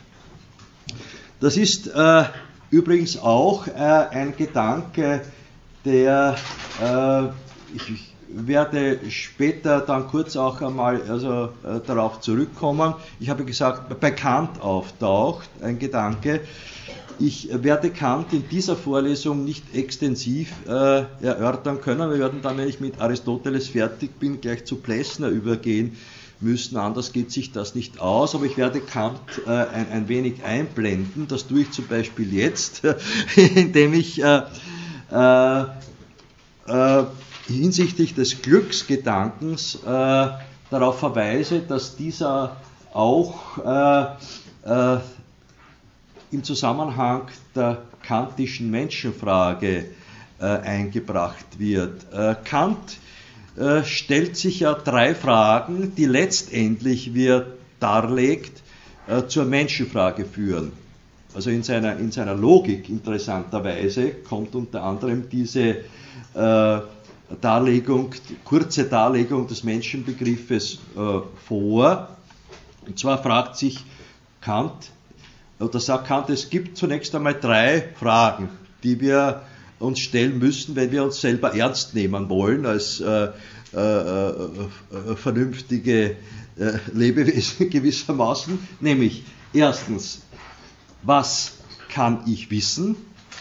Das ist äh, übrigens auch äh, ein Gedanke, der äh, ich werde später dann kurz auch einmal also, äh, darauf zurückkommen. Ich habe gesagt, bei Kant auftaucht ein Gedanke. Ich werde Kant in dieser Vorlesung nicht extensiv äh, erörtern können. Wir werden dann, wenn ich mit Aristoteles fertig bin, gleich zu Plessner übergehen müssen. Anders geht sich das nicht aus. Aber ich werde Kant äh, ein, ein wenig einblenden. Das tue ich zum Beispiel jetzt, indem ich äh, äh, äh, hinsichtlich des Glücksgedankens äh, darauf verweise, dass dieser auch äh, äh, im Zusammenhang der kantischen Menschenfrage äh, eingebracht wird. Äh, Kant äh, stellt sich ja drei Fragen, die letztendlich, wie er darlegt, äh, zur Menschenfrage führen. Also in seiner, in seiner Logik interessanterweise kommt unter anderem diese äh, Darlegung, kurze Darlegung des Menschenbegriffes äh, vor. Und zwar fragt sich Kant, oder sagt Kant, es gibt zunächst einmal drei Fragen, die wir uns stellen müssen, wenn wir uns selber ernst nehmen wollen als äh, äh, äh, vernünftige äh, Lebewesen gewissermaßen. Nämlich, erstens, was kann ich wissen?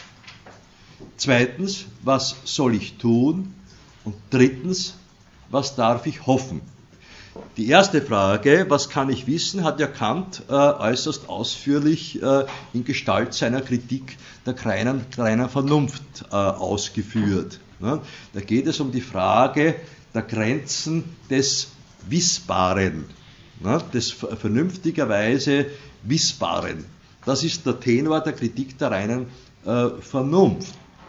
Zweitens, was soll ich tun? Und drittens, was darf ich hoffen? Die erste Frage, was kann ich wissen, hat ja Kant äh, äußerst ausführlich äh, in Gestalt seiner Kritik der reinen, reinen Vernunft äh, ausgeführt. Ne? Da geht es um die Frage der Grenzen des Wissbaren, ne? Des vernünftigerweise Wissbaren. Das ist der Tenor der Kritik der reinen äh, Vernunft.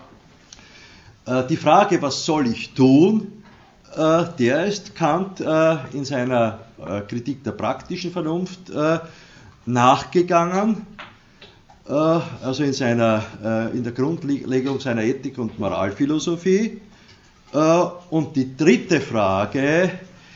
Äh, die Frage, was soll ich tun, der ist Kant äh, in seiner äh, Kritik der praktischen Vernunft äh, nachgegangen, äh, also in, seiner, äh, in der Grundlegung seiner Ethik- und Moralphilosophie. Äh, und die dritte Frage,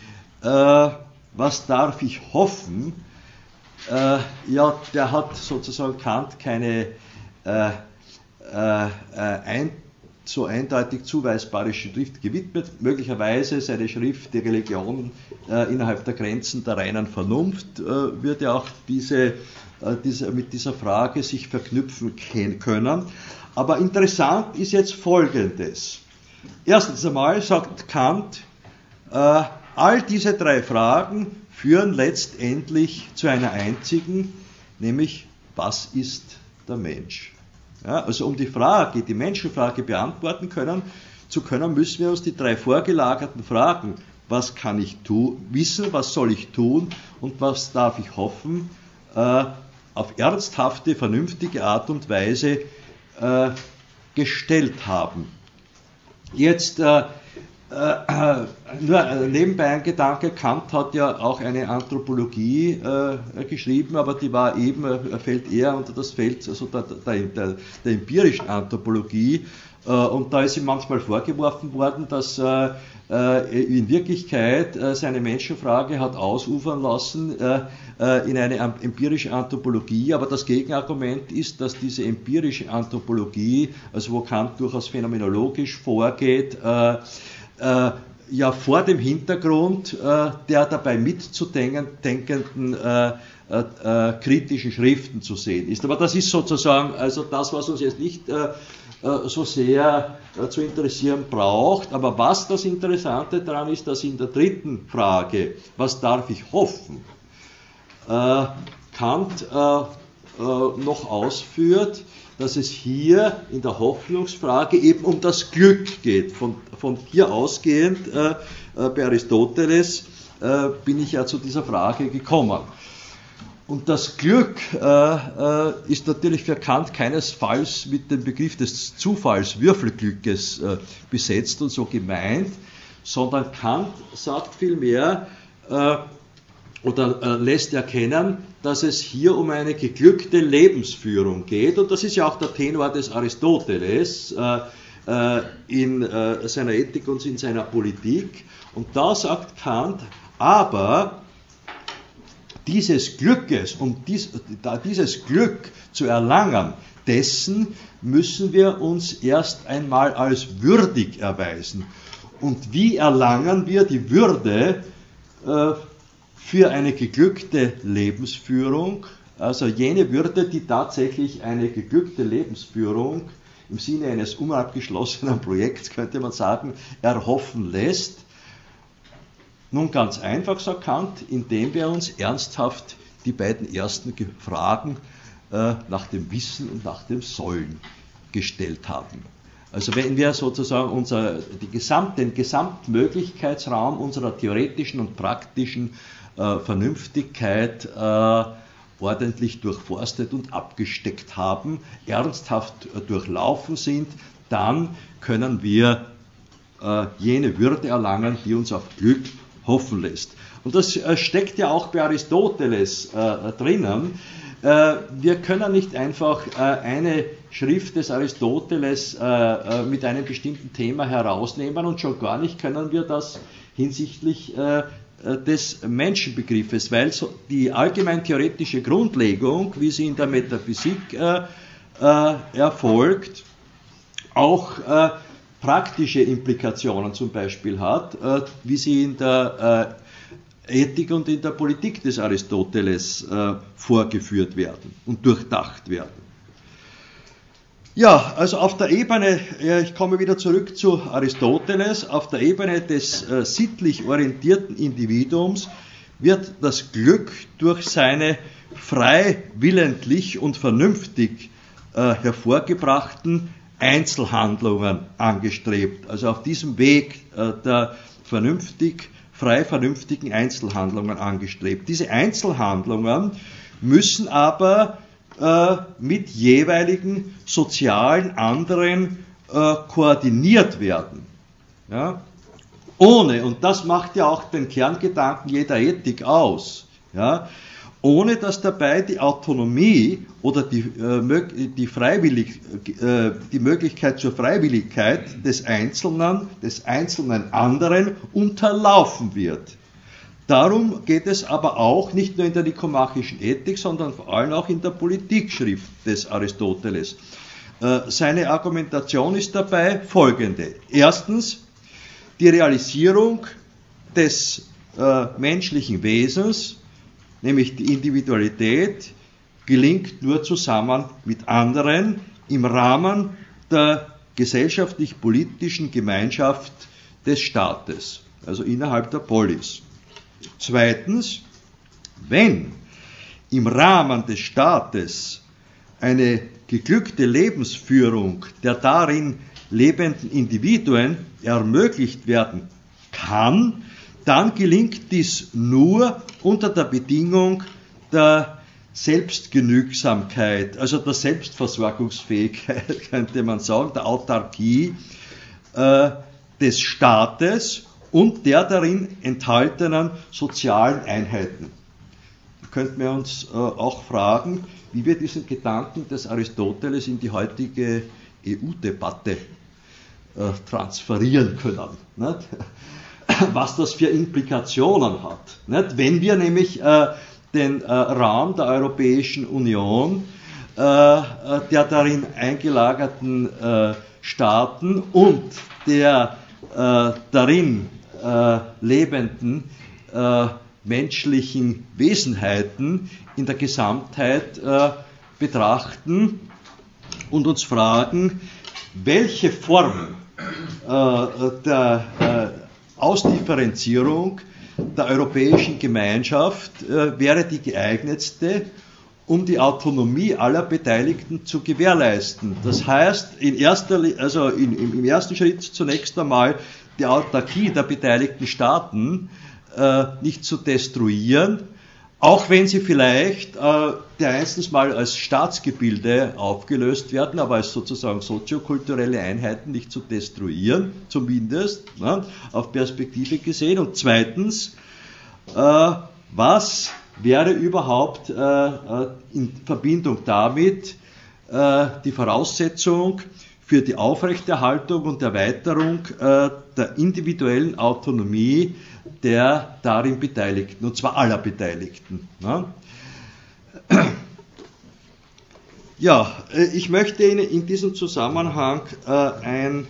äh, was darf ich hoffen, äh, ja, der hat sozusagen Kant keine äh, äh, ein so eindeutig zuweisbare Schrift gewidmet, möglicherweise seine Schrift, die Religion äh, innerhalb der Grenzen der reinen Vernunft, äh, würde auch diese, äh, diese, mit dieser Frage sich verknüpfen können. Aber interessant ist jetzt Folgendes. Erstens einmal sagt Kant, äh, all diese drei Fragen führen letztendlich zu einer einzigen, nämlich, was ist der Mensch? Ja, also um die Frage, die Menschenfrage beantworten können, zu können, müssen wir uns die drei vorgelagerten Fragen, was kann ich tu- wissen, was soll ich tun und was darf ich hoffen, äh, auf ernsthafte, vernünftige Art und Weise äh, gestellt haben. Jetzt äh, äh, nur nebenbei ein Gedanke, Kant hat ja auch eine Anthropologie äh, geschrieben, aber die war eben, äh, fällt eher unter das Feld also der, der, der, der empirischen Anthropologie, äh, und da ist ihm manchmal vorgeworfen worden, dass äh, äh, in Wirklichkeit äh, seine Menschenfrage hat ausufern lassen äh, äh, in eine empirische Anthropologie, aber das Gegenargument ist, dass diese empirische Anthropologie, also wo Kant durchaus phänomenologisch vorgeht, äh, Äh, ja vor dem Hintergrund äh, der dabei mitzudenkenden äh, äh, äh, kritischen Schriften zu sehen ist. Aber das ist sozusagen also das, was uns jetzt nicht äh, äh, so sehr äh, zu interessieren braucht. Aber was das Interessante daran ist, dass in der dritten Frage, was darf ich hoffen, äh, Kant äh, äh, noch ausführt, dass es hier in der Hoffnungsfrage eben um das Glück geht. Von, von hier ausgehend, äh, äh, bei Aristoteles, äh, bin ich ja zu dieser Frage gekommen. Und das Glück äh, äh, ist natürlich für Kant keinesfalls mit dem Begriff des Zufallswürfelglückes äh, besetzt und so gemeint, sondern Kant sagt vielmehr, äh, oder äh, lässt erkennen, dass es hier um eine geglückte Lebensführung geht. Und das ist ja auch der Tenor des Aristoteles äh, äh, in äh, seiner Ethik und in seiner Politik. Und da sagt Kant, aber dieses Glückes, um dies, dieses Glück zu erlangen, dessen müssen wir uns erst einmal als würdig erweisen. Und wie erlangen wir die Würde äh, für eine geglückte Lebensführung, also jene Würde, die tatsächlich eine geglückte Lebensführung im Sinne eines unabgeschlossenen Projekts, könnte man sagen, erhoffen lässt? Nun ganz einfach, sagt Kant, indem wir uns ernsthaft die beiden ersten Fragen äh, nach dem Wissen und nach dem Sollen gestellt haben. Also wenn wir sozusagen unser, die Gesamt, den Gesamtmöglichkeitsraum unserer theoretischen und praktischen äh, Vernünftigkeit äh, ordentlich durchforstet und abgesteckt haben, ernsthaft äh, durchlaufen sind, dann können wir äh, jene Würde erlangen, die uns auf Glück hoffen lässt. Und das äh, steckt ja auch bei Aristoteles äh, drinnen. Äh, wir können nicht einfach äh, eine Schrift des Aristoteles äh, äh, mit einem bestimmten Thema herausnehmen und schon gar nicht können wir das hinsichtlich äh, des Menschenbegriffes, weil so die allgemein theoretische Grundlegung, wie sie in der Metaphysik äh, äh, erfolgt, auch äh, praktische Implikationen zum Beispiel hat, äh, wie sie in der äh, Ethik und in der Politik des Aristoteles äh, vorgeführt werden und durchdacht werden. Ja, also auf der Ebene, ich komme wieder zurück zu Aristoteles, auf der Ebene des äh, sittlich orientierten Individuums wird das Glück durch seine frei, willentlich und vernünftig äh, hervorgebrachten Einzelhandlungen angestrebt. Also auf diesem Weg äh, der vernünftig, frei vernünftigen Einzelhandlungen angestrebt. Diese Einzelhandlungen müssen aber äh, mit jeweiligen sozialen anderen äh, koordiniert werden. Ja? Ohne, und das macht ja auch den Kerngedanken jeder Ethik aus, ja? Ohne dass dabei die Autonomie oder die, äh, die, Freiwillig, äh, die Möglichkeit zur Freiwilligkeit des Einzelnen, des einzelnen anderen unterlaufen wird. Darum geht es aber auch nicht nur in der nikomachischen Ethik, sondern vor allem auch in der Politikschrift des Aristoteles. Äh, seine Argumentation ist dabei folgende. Erstens, die Realisierung des äh, menschlichen Wesens, nämlich die Individualität, gelingt nur zusammen mit anderen im Rahmen der gesellschaftlich-politischen Gemeinschaft des Staates, also innerhalb der Polis. Zweitens, wenn im Rahmen des Staates eine geglückte Lebensführung der darin lebenden Individuen ermöglicht werden kann, dann gelingt dies nur unter der Bedingung der Selbstgenügsamkeit, also der Selbstversorgungsfähigkeit, könnte man sagen, der Autarkie äh, des Staates und der darin enthaltenen sozialen Einheiten. Da könnten wir uns äh, auch fragen, wie wir diesen Gedanken des Aristoteles in die heutige E U-Debatte äh, transferieren können. Nicht? Was das für Implikationen hat. Nicht? Wenn wir nämlich äh, den äh, Raum der Europäischen Union, äh, der darin eingelagerten äh, Staaten und der äh, darin äh, lebenden äh, menschlichen Wesenheiten in der Gesamtheit äh, betrachten und uns fragen, welche Form äh, der äh, Ausdifferenzierung der europäischen Gemeinschaft äh, wäre die geeignetste, um die Autonomie aller Beteiligten zu gewährleisten. Das heißt, in erster, also in, im, im ersten Schritt zunächst einmal die Autarkie der beteiligten Staaten äh, nicht zu destruieren, auch wenn sie vielleicht äh, dereinstens mal als Staatsgebilde aufgelöst werden, aber als sozusagen soziokulturelle Einheiten nicht zu destruieren, zumindest, ne, auf Perspektive gesehen. Und zweitens, äh, was wäre überhaupt äh, in Verbindung damit äh, die Voraussetzung für die Aufrechterhaltung und Erweiterung äh, der individuellen Autonomie der darin Beteiligten, und zwar aller Beteiligten. Ne? Ja, ich möchte Ihnen in diesem Zusammenhang äh, ein,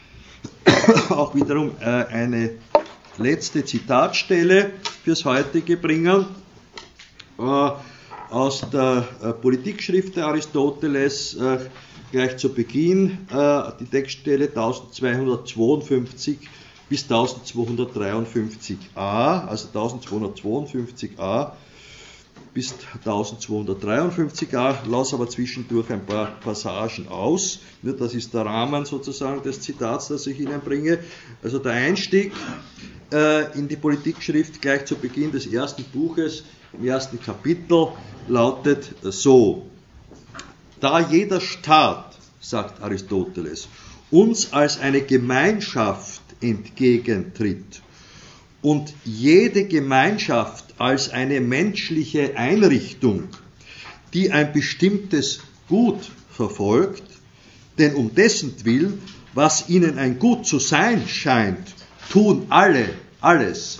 auch wiederum äh, eine letzte Zitatstelle fürs heutige bringen, äh, aus der äh, Politikschrift der Aristoteles, äh, gleich zu Beginn, äh, die Textstelle eintausendzweihundertzweiundfünfzig bis eintausendzweihundertdreiundfünfzig a, also eintausendzweihundertzweiundfünfzig a bis eintausendzweihundertdreiundfünfzig a, lasse aber zwischendurch ein paar Passagen aus. Das ist der Rahmen sozusagen des Zitats, das ich Ihnen bringe. Also der Einstieg äh, in die Politikschrift gleich zu Beginn des ersten Buches, im ersten Kapitel, lautet so: Da jeder Staat, sagt Aristoteles, uns als eine Gemeinschaft entgegentritt und jede Gemeinschaft als eine menschliche Einrichtung, die ein bestimmtes Gut verfolgt, denn um dessen Willen, was ihnen ein Gut zu sein scheint, tun alle alles.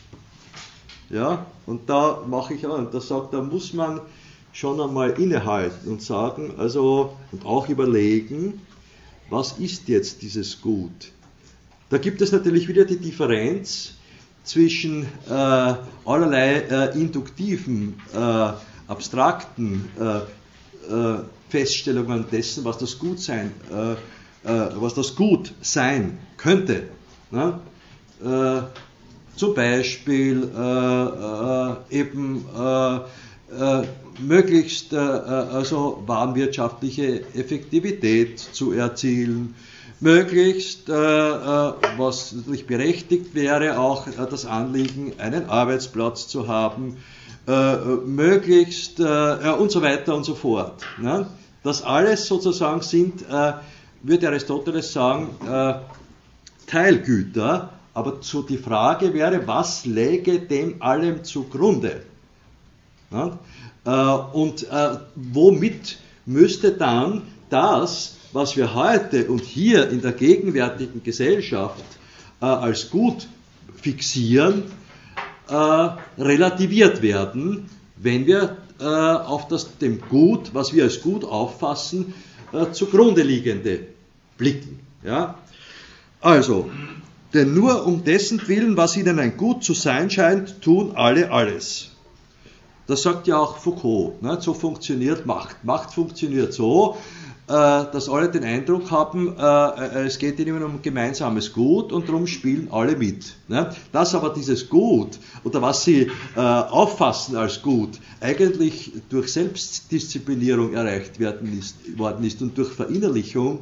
Ja, und da mache ich an, da sagt, da muss man schon einmal innehalten und sagen, also, und auch überlegen, was ist jetzt dieses Gut? Da gibt es natürlich wieder die Differenz zwischen äh, allerlei äh, induktiven, äh, abstrakten äh, äh, Feststellungen dessen, was das Gut sein, äh, äh, was das Gut sein könnte. Ne? Äh, zum Beispiel äh, äh, eben äh, äh, möglichst äh, also warenwirtschaftliche Effektivität zu erzielen, möglichst, äh, äh, was natürlich berechtigt wäre, auch äh, das Anliegen, einen Arbeitsplatz zu haben, äh, möglichst äh, und so weiter und so fort. Ne? Das alles sozusagen sind, äh, würde Aristoteles sagen, äh, Teilgüter, aber so die Frage wäre, was läge dem allem zugrunde? Ne? Äh, und äh, womit müsste dann das, was wir heute und hier in der gegenwärtigen Gesellschaft äh, als Gut fixieren, äh, relativiert werden, wenn wir äh, auf das dem Gut, was wir als Gut auffassen, äh, zugrunde liegende blicken. Ja? Also, denn nur um dessen Willen, was ihnen ein Gut zu sein scheint, tun alle alles. Das sagt ja auch Foucault. Ne? So funktioniert Macht. Macht funktioniert so, dass alle den Eindruck haben, es geht ihnen um gemeinsames Gut und darum spielen alle mit. Dass aber dieses Gut oder was sie auffassen als Gut eigentlich durch Selbstdisziplinierung erreicht worden ist und durch Verinnerlichung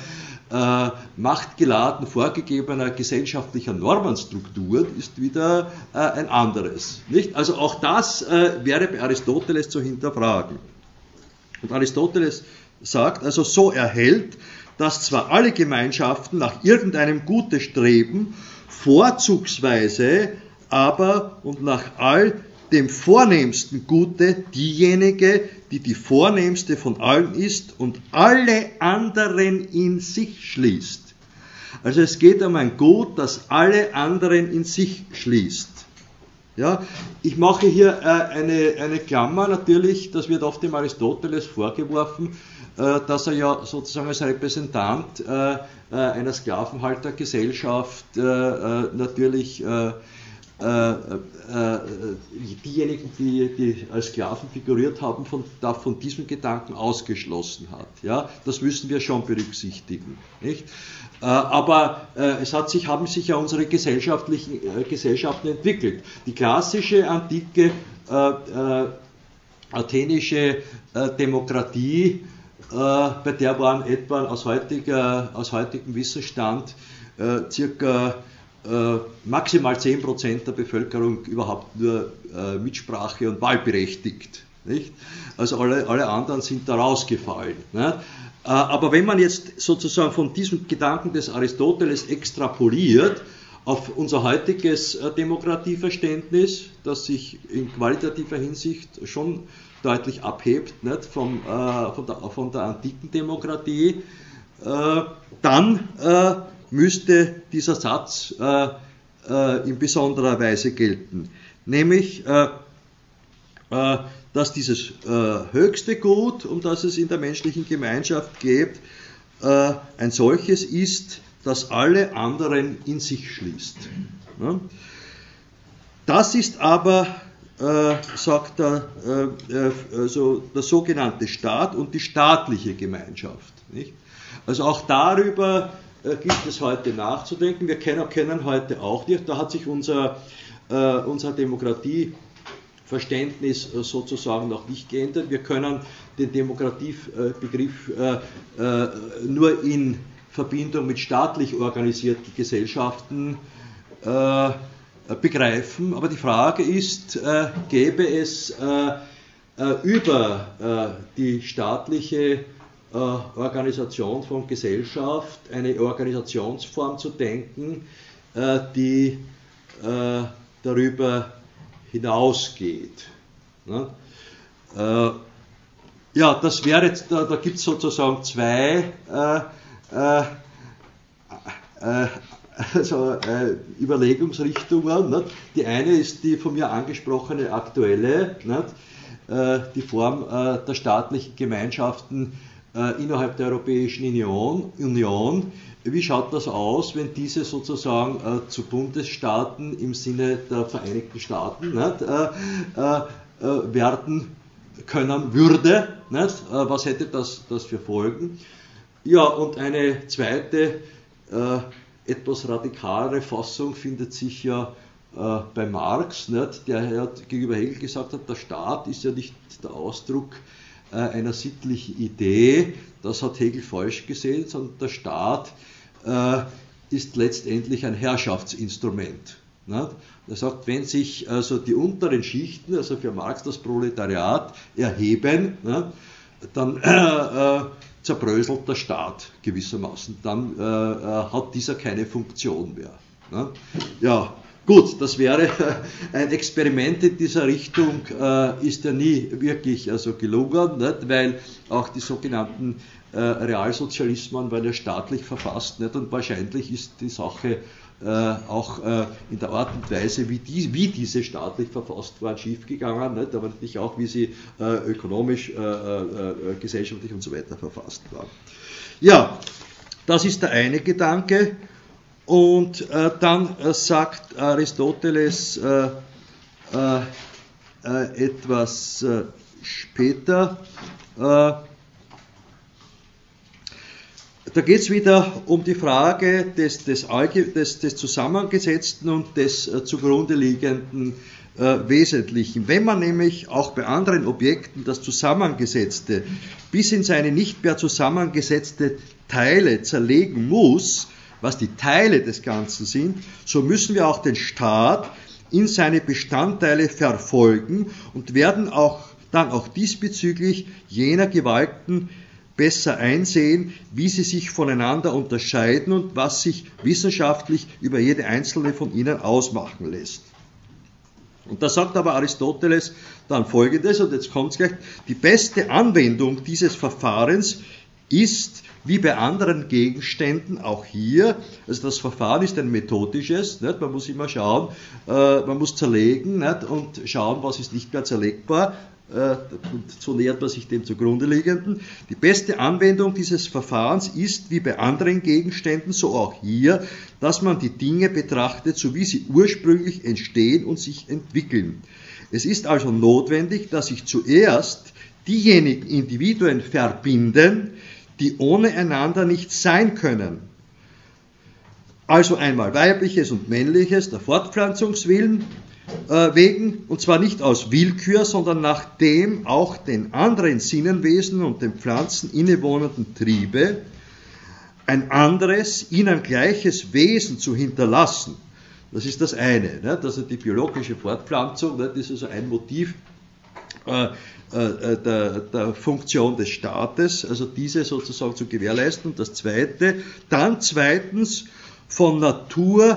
machtgeladen vorgegebener gesellschaftlicher Normenstrukturen, ist wieder ein anderes. Nicht? Also auch das wäre bei Aristoteles zu hinterfragen. Und Aristoteles sagt, also so erhält, dass zwar alle Gemeinschaften nach irgendeinem Gute streben, vorzugsweise aber und nach all dem vornehmsten Gute diejenige, die die vornehmste von allen ist und alle anderen in sich schließt. Also es geht um ein Gut, das alle anderen in sich schließt. Ja, ich mache hier äh, eine, eine Klammer natürlich, das wird oft dem Aristoteles vorgeworfen, äh, dass er ja sozusagen als Repräsentant äh, äh, einer Sklavenhaltergesellschaft äh, äh, natürlich äh, äh, äh, diejenigen, die, die als Sklaven figuriert haben, von, da von diesem Gedanken ausgeschlossen hat. Ja, das müssen wir schon berücksichtigen. Nicht? Äh, aber äh, es hat sich, haben sich ja unsere gesellschaftlichen äh, Gesellschaften entwickelt. Die klassische antike äh, äh, athenische äh, Demokratie, äh, bei der waren etwa aus, heutiger, aus heutigem Wissensstand äh, circa äh, maximal zehn Prozent der Bevölkerung überhaupt nur äh, Mitsprache und wahlberechtigt. Nicht? Also alle, alle anderen sind da rausgefallen. Ne? Aber wenn man jetzt sozusagen von diesem Gedanken des Aristoteles extrapoliert auf unser heutiges äh, Demokratieverständnis, das sich in qualitativer Hinsicht schon deutlich abhebt, nicht, vom, äh, von, der, von der antiken Demokratie, äh, dann äh, müsste dieser Satz äh, äh, in besonderer Weise gelten. Nämlich, äh, äh, dass dieses äh, höchste Gut, um das es in der menschlichen Gemeinschaft geht, äh, ein solches ist, das alle anderen in sich schließt. Ja? Das ist aber, äh, sagt er, äh, also der sogenannte Staat und die staatliche Gemeinschaft. Nicht? Also auch darüber äh, gibt es heute nachzudenken. Wir kennen, kennen heute auch nicht, da hat sich unser, äh, unser Demokratieverständnis äh, sozusagen noch nicht geändert. Wir können den Demokratiebegriff äh, äh, nur in Verbindung mit staatlich organisierten Gesellschaften äh, begreifen. Aber die Frage ist, äh, gäbe es äh, äh, über äh, die staatliche äh, Organisation von Gesellschaft eine Organisationsform zu denken, äh, die äh, darüber hinausgeht. Ne? Äh, ja, das wäre jetzt, da, da gibt es sozusagen zwei äh, Äh, äh, also, äh, Überlegungsrichtungen. Nicht? Die eine ist die von mir angesprochene aktuelle, nicht? Äh, die Form äh, der staatlichen Gemeinschaften äh, innerhalb der Europäischen Union, Union. Wie schaut das aus, wenn diese sozusagen äh, zu Bundesstaaten im Sinne der Vereinigten Staaten nicht? Äh, äh, äh, werden können würde? Nicht? Äh, was hätte das, das für Folgen? Ja, und eine zweite, äh, etwas radikalere Fassung findet sich ja äh, bei Marx, nicht? Der hat gegenüber Hegel gesagt hat, der Staat ist ja nicht der Ausdruck äh, einer sittlichen Idee, das hat Hegel falsch gesehen, sondern der Staat äh, ist letztendlich ein Herrschaftsinstrument. Nicht? Er sagt, wenn sich also die unteren Schichten, also für Marx das Proletariat, erheben, nicht? Dann äh, äh, zerbröselt der Staat gewissermaßen, dann äh, hat dieser keine Funktion mehr. Ne? Ja, gut, das wäre ein Experiment in dieser Richtung, äh, ist ja nie wirklich also gelungen, nicht? Weil auch die sogenannten äh, Realsozialismen waren ja staatlich verfasst, nicht? Und wahrscheinlich ist die Sache äh, auch äh, in der Art und Weise, wie, die, wie diese staatlich verfasst waren, schiefgegangen, nicht? Aber natürlich auch, wie sie äh, ökonomisch, äh, äh, gesellschaftlich und so weiter verfasst waren. Ja, das ist der eine Gedanke. Und äh, dann äh, sagt Aristoteles äh, äh, äh, etwas äh, später, äh, da geht es wieder um die Frage des, des, des, des Zusammengesetzten und des äh, zugrunde liegenden äh, Wesentlichen. Wenn man nämlich auch bei anderen Objekten das Zusammengesetzte bis in seine nicht mehr zusammengesetzte Teile zerlegen muss, was die Teile des Ganzen sind, so müssen wir auch den Staat in seine Bestandteile verfolgen und werden auch dann auch diesbezüglich jener Gewalten besser einsehen, wie sie sich voneinander unterscheiden und was sich wissenschaftlich über jede einzelne von ihnen ausmachen lässt. Und da sagt aber Aristoteles dann Folgendes, und jetzt kommt es gleich, die beste Anwendung dieses Verfahrens ist, wie bei anderen Gegenständen, auch hier, also das Verfahren ist ein methodisches, nicht? Man muss immer schauen, äh, man muss zerlegen, nicht? Und schauen, was ist nicht mehr zerlegbar, äh, und so nähert man sich dem zugrunde liegenden. Die beste Anwendung dieses Verfahrens ist, wie bei anderen Gegenständen, so auch hier, dass man die Dinge betrachtet, so wie sie ursprünglich entstehen und sich entwickeln. Es ist also notwendig, dass sich zuerst diejenigen Individuen verbinden, die ohne einander nicht sein können. Also einmal weibliches und männliches, der Fortpflanzungswillen äh, wegen, und zwar nicht aus Willkür, sondern nach dem auch den anderen Sinnenwesen und den Pflanzen innewohnenden Triebe, ein anderes, ihnen gleiches Wesen zu hinterlassen. Das ist das eine, nicht? Also die biologische Fortpflanzung, nicht? Das ist also ein Motiv äh, äh, der, der Funktion des Staates, also diese sozusagen zu gewährleisten. Und das zweite, dann zweitens von Natur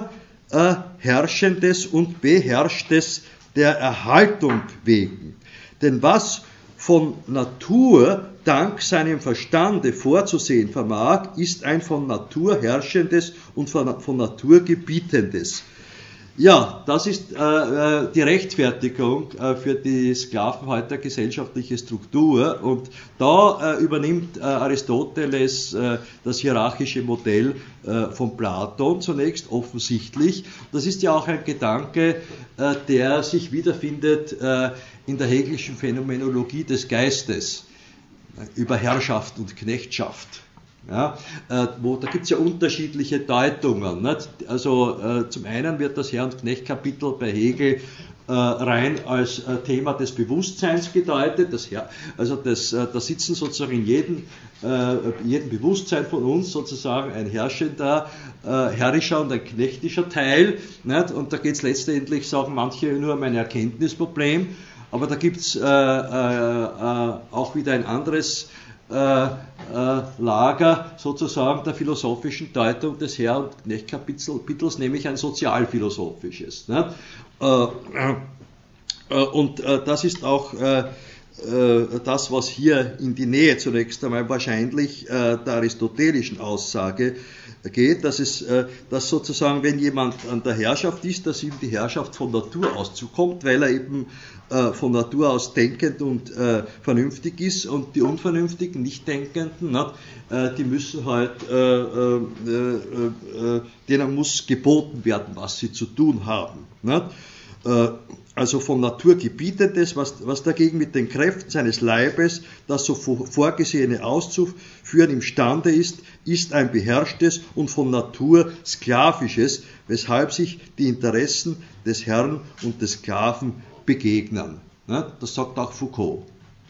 äh, Herrschendes und Beherrschtes der Erhaltung wegen. Denn was von Natur dank seinem Verstande vorzusehen vermag, ist ein von Natur herrschendes und von, von Natur gebietendes. Ja, das ist äh, die Rechtfertigung äh, für die Sklavenhalter gesellschaftliche Struktur, und da äh, übernimmt äh, Aristoteles äh, das hierarchische Modell äh, von Platon zunächst offensichtlich. Das ist ja auch ein Gedanke, äh, der sich wiederfindet äh, in der Hegelischen Phänomenologie des Geistes äh, über Herrschaft und Knechtschaft. Ja, äh, wo, da gibt es ja unterschiedliche Deutungen. Nicht? Also äh, zum einen wird das Herr- und Knecht-Kapitel bei Hegel äh, rein als äh, Thema des Bewusstseins gedeutet. Das Herr, also das, äh, da sitzen sozusagen in jedem, äh, jedem Bewusstsein von uns sozusagen ein herrschender, äh, herrischer und ein knechtischer Teil. Nicht? Und da geht es letztendlich, sagen manche, nur um ein Erkenntnisproblem. Aber da gibt es äh, äh, äh, auch wieder ein anderes Äh, äh, Lager sozusagen der philosophischen Deutung des Herr- und Knecht-Kapitels, nämlich ein sozialphilosophisches. Ne? Äh, äh, und äh, das ist auch äh, äh, das, was hier in die Nähe zunächst einmal wahrscheinlich äh, der aristotelischen Aussage geht, dass es, äh, dass sozusagen, wenn jemand an der Herrschaft ist, dass ihm die Herrschaft von Natur aus zukommt, weil er eben äh, von Natur aus denkend und äh, vernünftig ist, und die Unvernünftigen, Nichtdenkenden, ne, äh, die müssen halt, äh, äh, äh, denen muss geboten werden, was sie zu tun haben. Ne? Äh, also von Natur gebietendes, was, was dagegen mit den Kräften seines Leibes, das so vorgesehene auszuführen imstande ist, ist ein beherrschtes und von Natur sklavisches, weshalb sich die Interessen des Herrn und des Sklaven begegnen. Das sagt auch Foucault.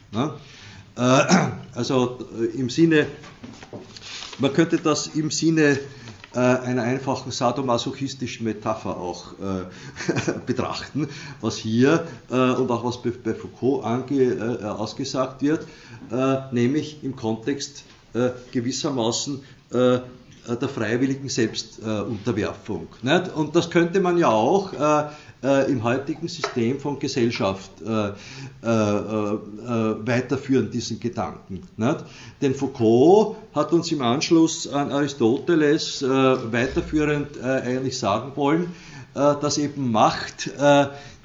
Also im Sinne, man könnte das im Sinne einer einfachen sadomasochistischen Metapher auch äh, betrachten, was hier äh, und auch was bei, bei Foucault ange, äh, ausgesagt wird, äh, nämlich im Kontext äh, gewissermaßen äh, der freiwilligen Selbstunterwerfung. Äh, und das könnte man ja auch äh, äh, im heutigen System von Gesellschaft äh, äh, äh, weiterführen, diesen Gedanken. Nicht? Denn Foucault hat uns im Anschluss an Aristoteles äh, weiterführend äh, eigentlich sagen wollen, äh, dass eben Macht äh, äh,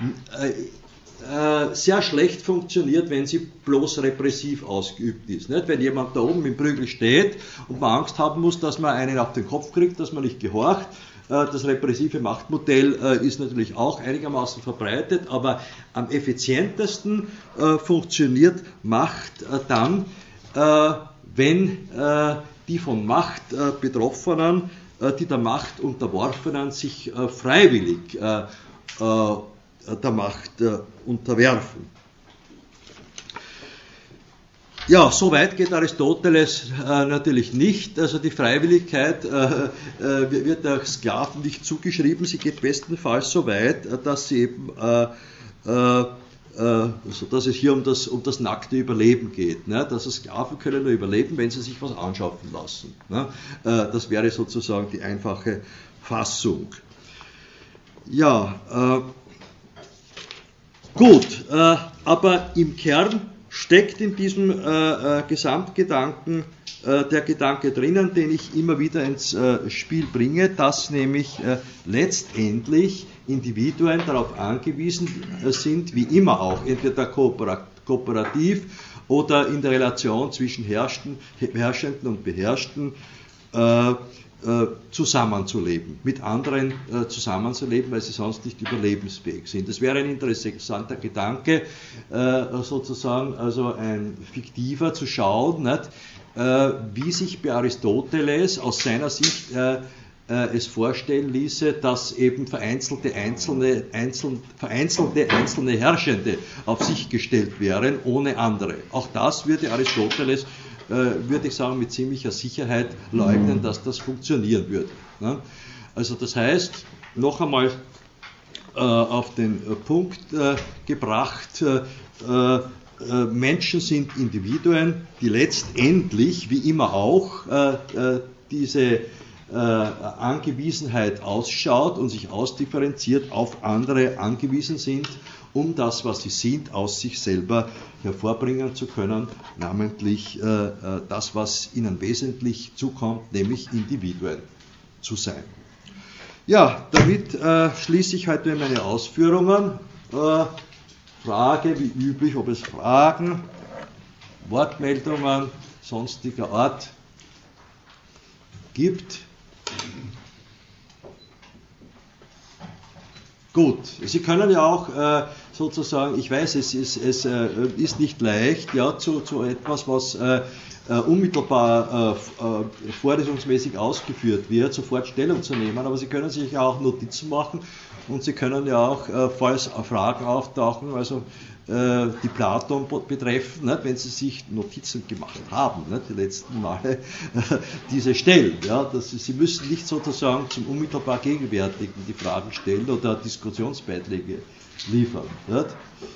sehr schlecht funktioniert, wenn sie bloß repressiv ausgeübt ist. Nicht? Wenn jemand da oben im Prügel steht und man Angst haben muss, dass man einen auf den Kopf kriegt, dass man nicht gehorcht. Das repressive Machtmodell ist natürlich auch einigermaßen verbreitet, aber am effizientesten funktioniert Macht dann, wenn die von Macht Betroffenen, die der Macht Unterworfenen sich freiwillig der Macht unterwerfen. Ja, so weit geht Aristoteles äh, natürlich nicht. Also die Freiwilligkeit äh, äh, wird der Sklaven nicht zugeschrieben. Sie geht bestenfalls so weit, äh, dass sie eben, äh, äh, also dass es hier um das, um das nackte Überleben geht. Ne? Dass Sklaven können nur überleben, wenn sie sich was anschaffen lassen. Ne? Äh, das wäre sozusagen die einfache Fassung. Ja, äh, gut, äh, aber im Kern steckt in diesem äh, äh, Gesamtgedanken äh, der Gedanke drinnen, den ich immer wieder ins äh, Spiel bringe, dass nämlich äh, letztendlich Individuen darauf angewiesen äh, sind, wie immer auch, entweder kooperat- kooperativ oder in der Relation zwischen Herrschten, Herrschenden und Beherrschten äh, äh, zusammenzuleben, mit anderen äh, zusammenzuleben, weil sie sonst nicht überlebensfähig sind. Das wäre ein interessanter Gedanke, äh, sozusagen, also ein fiktiver zu schauen, nicht, äh, wie sich bei Aristoteles aus seiner Sicht äh, äh, es vorstellen ließe, dass eben vereinzelte einzelne, einzelne, vereinzelte einzelne Herrschende auf sich gestellt wären, ohne andere. Auch das würde Aristoteles, würde ich sagen, mit ziemlicher Sicherheit leugnen, dass das funktionieren würde. Also das heißt, noch einmal äh, auf den Punkt äh, gebracht, äh, äh, Menschen sind Individuen, die letztendlich, wie immer auch, äh, diese äh, Angewiesenheit ausschaut und sich ausdifferenziert auf andere angewiesen sind, um das, was sie sind, aus sich selber hervorbringen zu können, namentlich äh, das, was ihnen wesentlich zukommt, nämlich Individuen zu sein. Ja, damit äh, schließe ich heute meine Ausführungen. Äh, Frage, wie üblich, ob es Fragen, Wortmeldungen sonstiger Art gibt. Gut, Sie können ja auch äh, sozusagen, ich weiß, es ist, es, äh, ist nicht leicht, ja, zu, zu etwas, was äh, äh, unmittelbar äh, äh, vorlesungsmäßig ausgeführt wird, sofort Stellung zu nehmen, aber Sie können sich ja auch Notizen machen und Sie können ja auch, äh, falls Fragen auftauchen, also äh, die Platon betreffen, nicht, wenn Sie sich Notizen gemacht haben, nicht, die letzten Male, äh, diese stellen. Ja, dass Sie, Sie müssen nicht sozusagen zum unmittelbar Gegenwärtigen die Fragen stellen oder Diskussionsbeiträge liefern. Nicht?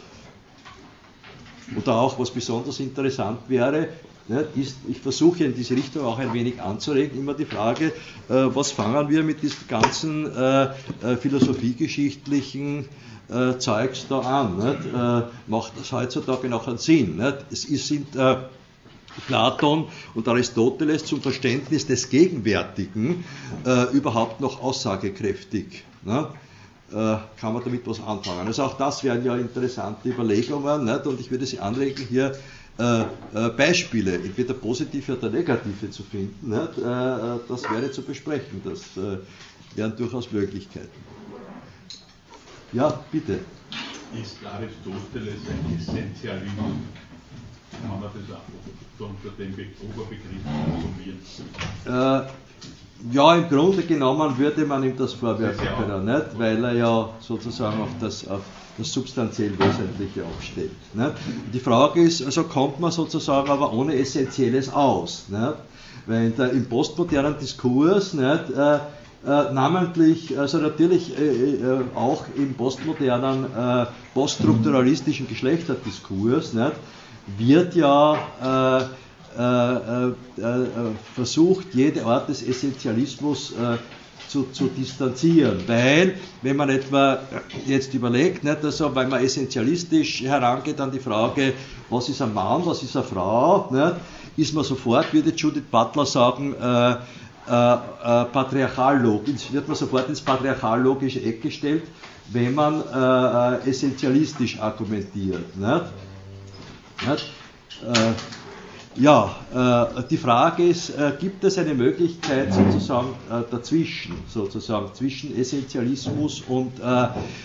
Oder auch, was besonders interessant wäre, nicht, ist, ich versuche in diese Richtung auch ein wenig anzuregen, immer die Frage, äh, was fangen wir mit diesem ganzen äh, äh, philosophiegeschichtlichen äh, Zeugs da an? Nicht? Äh, macht das heutzutage noch einen Sinn? Nicht? Es ist, sind äh, Platon und Aristoteles zum Verständnis des Gegenwärtigen äh, überhaupt noch aussagekräftig? Nicht? Äh, kann man damit was anfangen? Also auch das wären ja interessante Überlegungen, nicht? Und ich würde Sie anregen, hier äh, äh, Beispiele, entweder positive oder negative zu finden. Nicht? Äh, das wäre zu besprechen, das äh, wären durchaus Möglichkeiten. Ja, bitte. Ist Aristoteles ein Essentialist? Kann man das auch so unter dem Oberbegriff konsumieren? Äh, Ja, im Grunde genommen würde man ihm das vorwerfen können, nicht? Weil er ja sozusagen auf das, auf das substanziell Wesentliche aufsteht. Nicht? Die Frage ist, also kommt man sozusagen aber ohne Essentielles aus. Nicht? Weil in der, im postmodernen Diskurs, nicht, äh, äh, namentlich, also natürlich äh, äh, auch im postmodernen, äh, poststrukturalistischen Geschlechterdiskurs, nicht, wird ja äh, Äh, äh, äh, versucht, jede Art des Essentialismus äh, zu, zu distanzieren, weil, wenn man etwa jetzt überlegt, nicht, also, weil man essentialistisch herangeht an die Frage, was ist ein Mann, was ist eine Frau, nicht, ist man sofort, würde Judith Butler sagen, äh, äh, äh, patriarchallogisch, wird man sofort ins patriarchallogische Eck gestellt, wenn man äh, essentialistisch argumentiert. Nicht? Nicht? Äh, Ja, äh, die Frage ist, äh, gibt es eine Möglichkeit sozusagen äh, dazwischen, sozusagen zwischen Essentialismus und äh,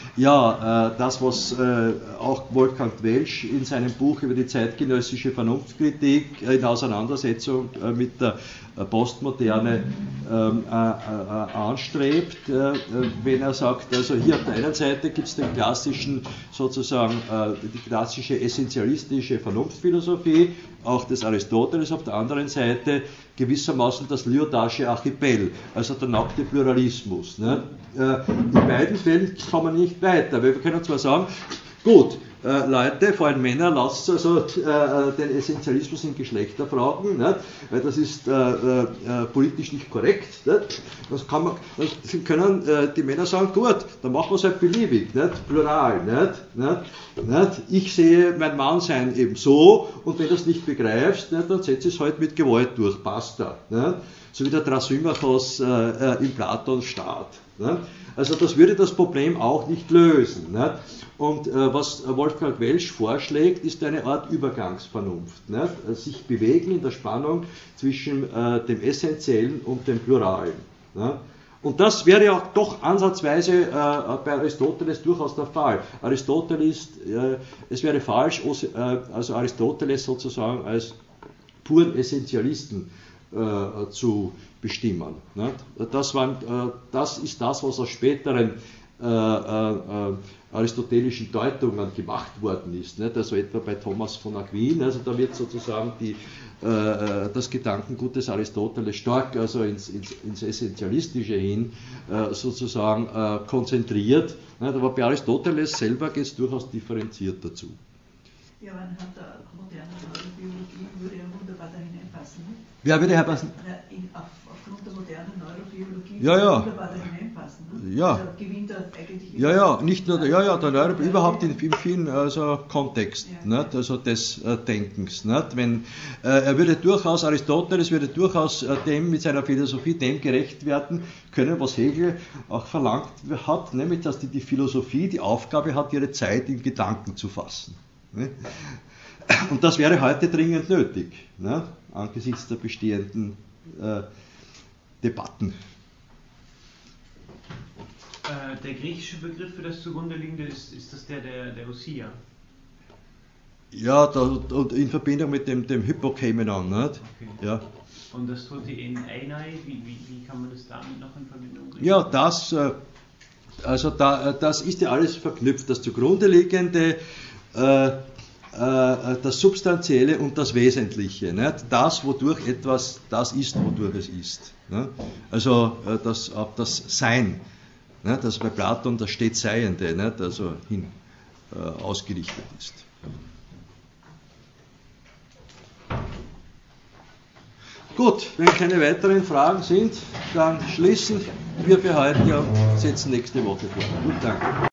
ja, äh, das, was äh, auch Wolfgang Welsch in seinem Buch über die zeitgenössische Vernunftkritik äh, in Auseinandersetzung äh, mit der äh, Postmoderne ähm, äh, äh, anstrebt, äh, wenn er sagt, also hier auf der einen Seite gibt es den klassischen, sozusagen äh, die klassische essentialistische Vernunftphilosophie, auch des Aristoteles, auf der anderen Seite gewissermaßen das Lyodasche Archipel, also der nackte Pluralismus. Ne? Äh, in beiden Fällen kommen wir nicht weiter, weil wir können zwar sagen, gut, äh, Leute, vor allem Männer, lasst also äh, den Essentialismus in Geschlechterfragen, nicht? Weil das ist äh, äh, politisch nicht korrekt. Nicht? Das kann man, das können äh, die Männer sagen, gut, dann machen wir es halt beliebig, nicht? Plural. Nicht? Nicht? Nicht? Ich sehe mein Mannsein eben so und wenn du es nicht begreifst, nicht, dann setze es halt mit Gewalt durch, basta. Nicht? So wie der Thrasymachos äh, äh, im Platons Staat. Nicht? Also das würde das Problem auch nicht lösen. Nicht? Und äh, was Wolfgang Welsch vorschlägt, ist eine Art Übergangsvernunft. Nicht? Sich bewegen in der Spannung zwischen äh, dem Essentiellen und dem Pluralen. Nicht? Und das wäre ja doch ansatzweise äh, bei Aristoteles durchaus der Fall. Aristoteles, äh, es wäre falsch, äh, also Aristoteles sozusagen als puren Essentialisten äh, zu bestimmen. Nicht? Das, waren, äh, das ist das, was aus späteren äh, äh, aristotelischen Deutungen gemacht worden ist. Nicht? Also etwa bei Thomas von Aquin, also da wird sozusagen die, äh, das Gedankengut des Aristoteles stark also ins, ins, ins Essentialistische hin äh, sozusagen äh, konzentriert. Nicht? Aber bei Aristoteles selber geht es durchaus differenziert dazu. Ja, aber anhand der modernen Biologie würde er wunderbar da hineinpassen. Wer würde herpassen? In, auf, auf aufgrund der modernen Neurobiologie Ja, ja. wunderbar da hineinpassen. Ne? Ja. Also gewinnt er eigentlich Ja, ja, nicht nur, der, ja, ja, der Neuro, überhaupt in, in vielen also Kontext, Ja. nicht? Also des äh, Denkens. Nicht? Wenn, äh, er würde durchaus, Aristoteles würde durchaus äh, dem mit seiner Philosophie dem gerecht werden können, was Hegel auch verlangt hat, nämlich dass die, die Philosophie die Aufgabe hat, ihre Zeit in Gedanken zu fassen. Nicht? Und das wäre heute dringend nötig, nicht? Angesichts der bestehenden äh, Debatten. Äh, der griechische Begriff für das zugrunde liegende ist, ist das der der, der Ousia? Ja, da, und in Verbindung mit dem, dem Hypokemenon, nicht? Okay. Ja. Und das tut die in Einai, wie, wie, wie kann man das damit noch in Verbindung bringen? Ja, das, äh, also da, äh, das ist ja alles verknüpft, das zugrunde liegende, äh, äh, das Substanzielle und das Wesentliche. Nicht? Das, wodurch etwas das ist, wodurch es ist. Nicht? Also äh, das, auf das Sein, nicht? Das bei Platon das stets Seiende, nicht? Also hin äh, ausgerichtet ist. Gut, wenn keine weiteren Fragen sind, dann schließen wir für heute und setzen nächste Woche fort. Guten Dank.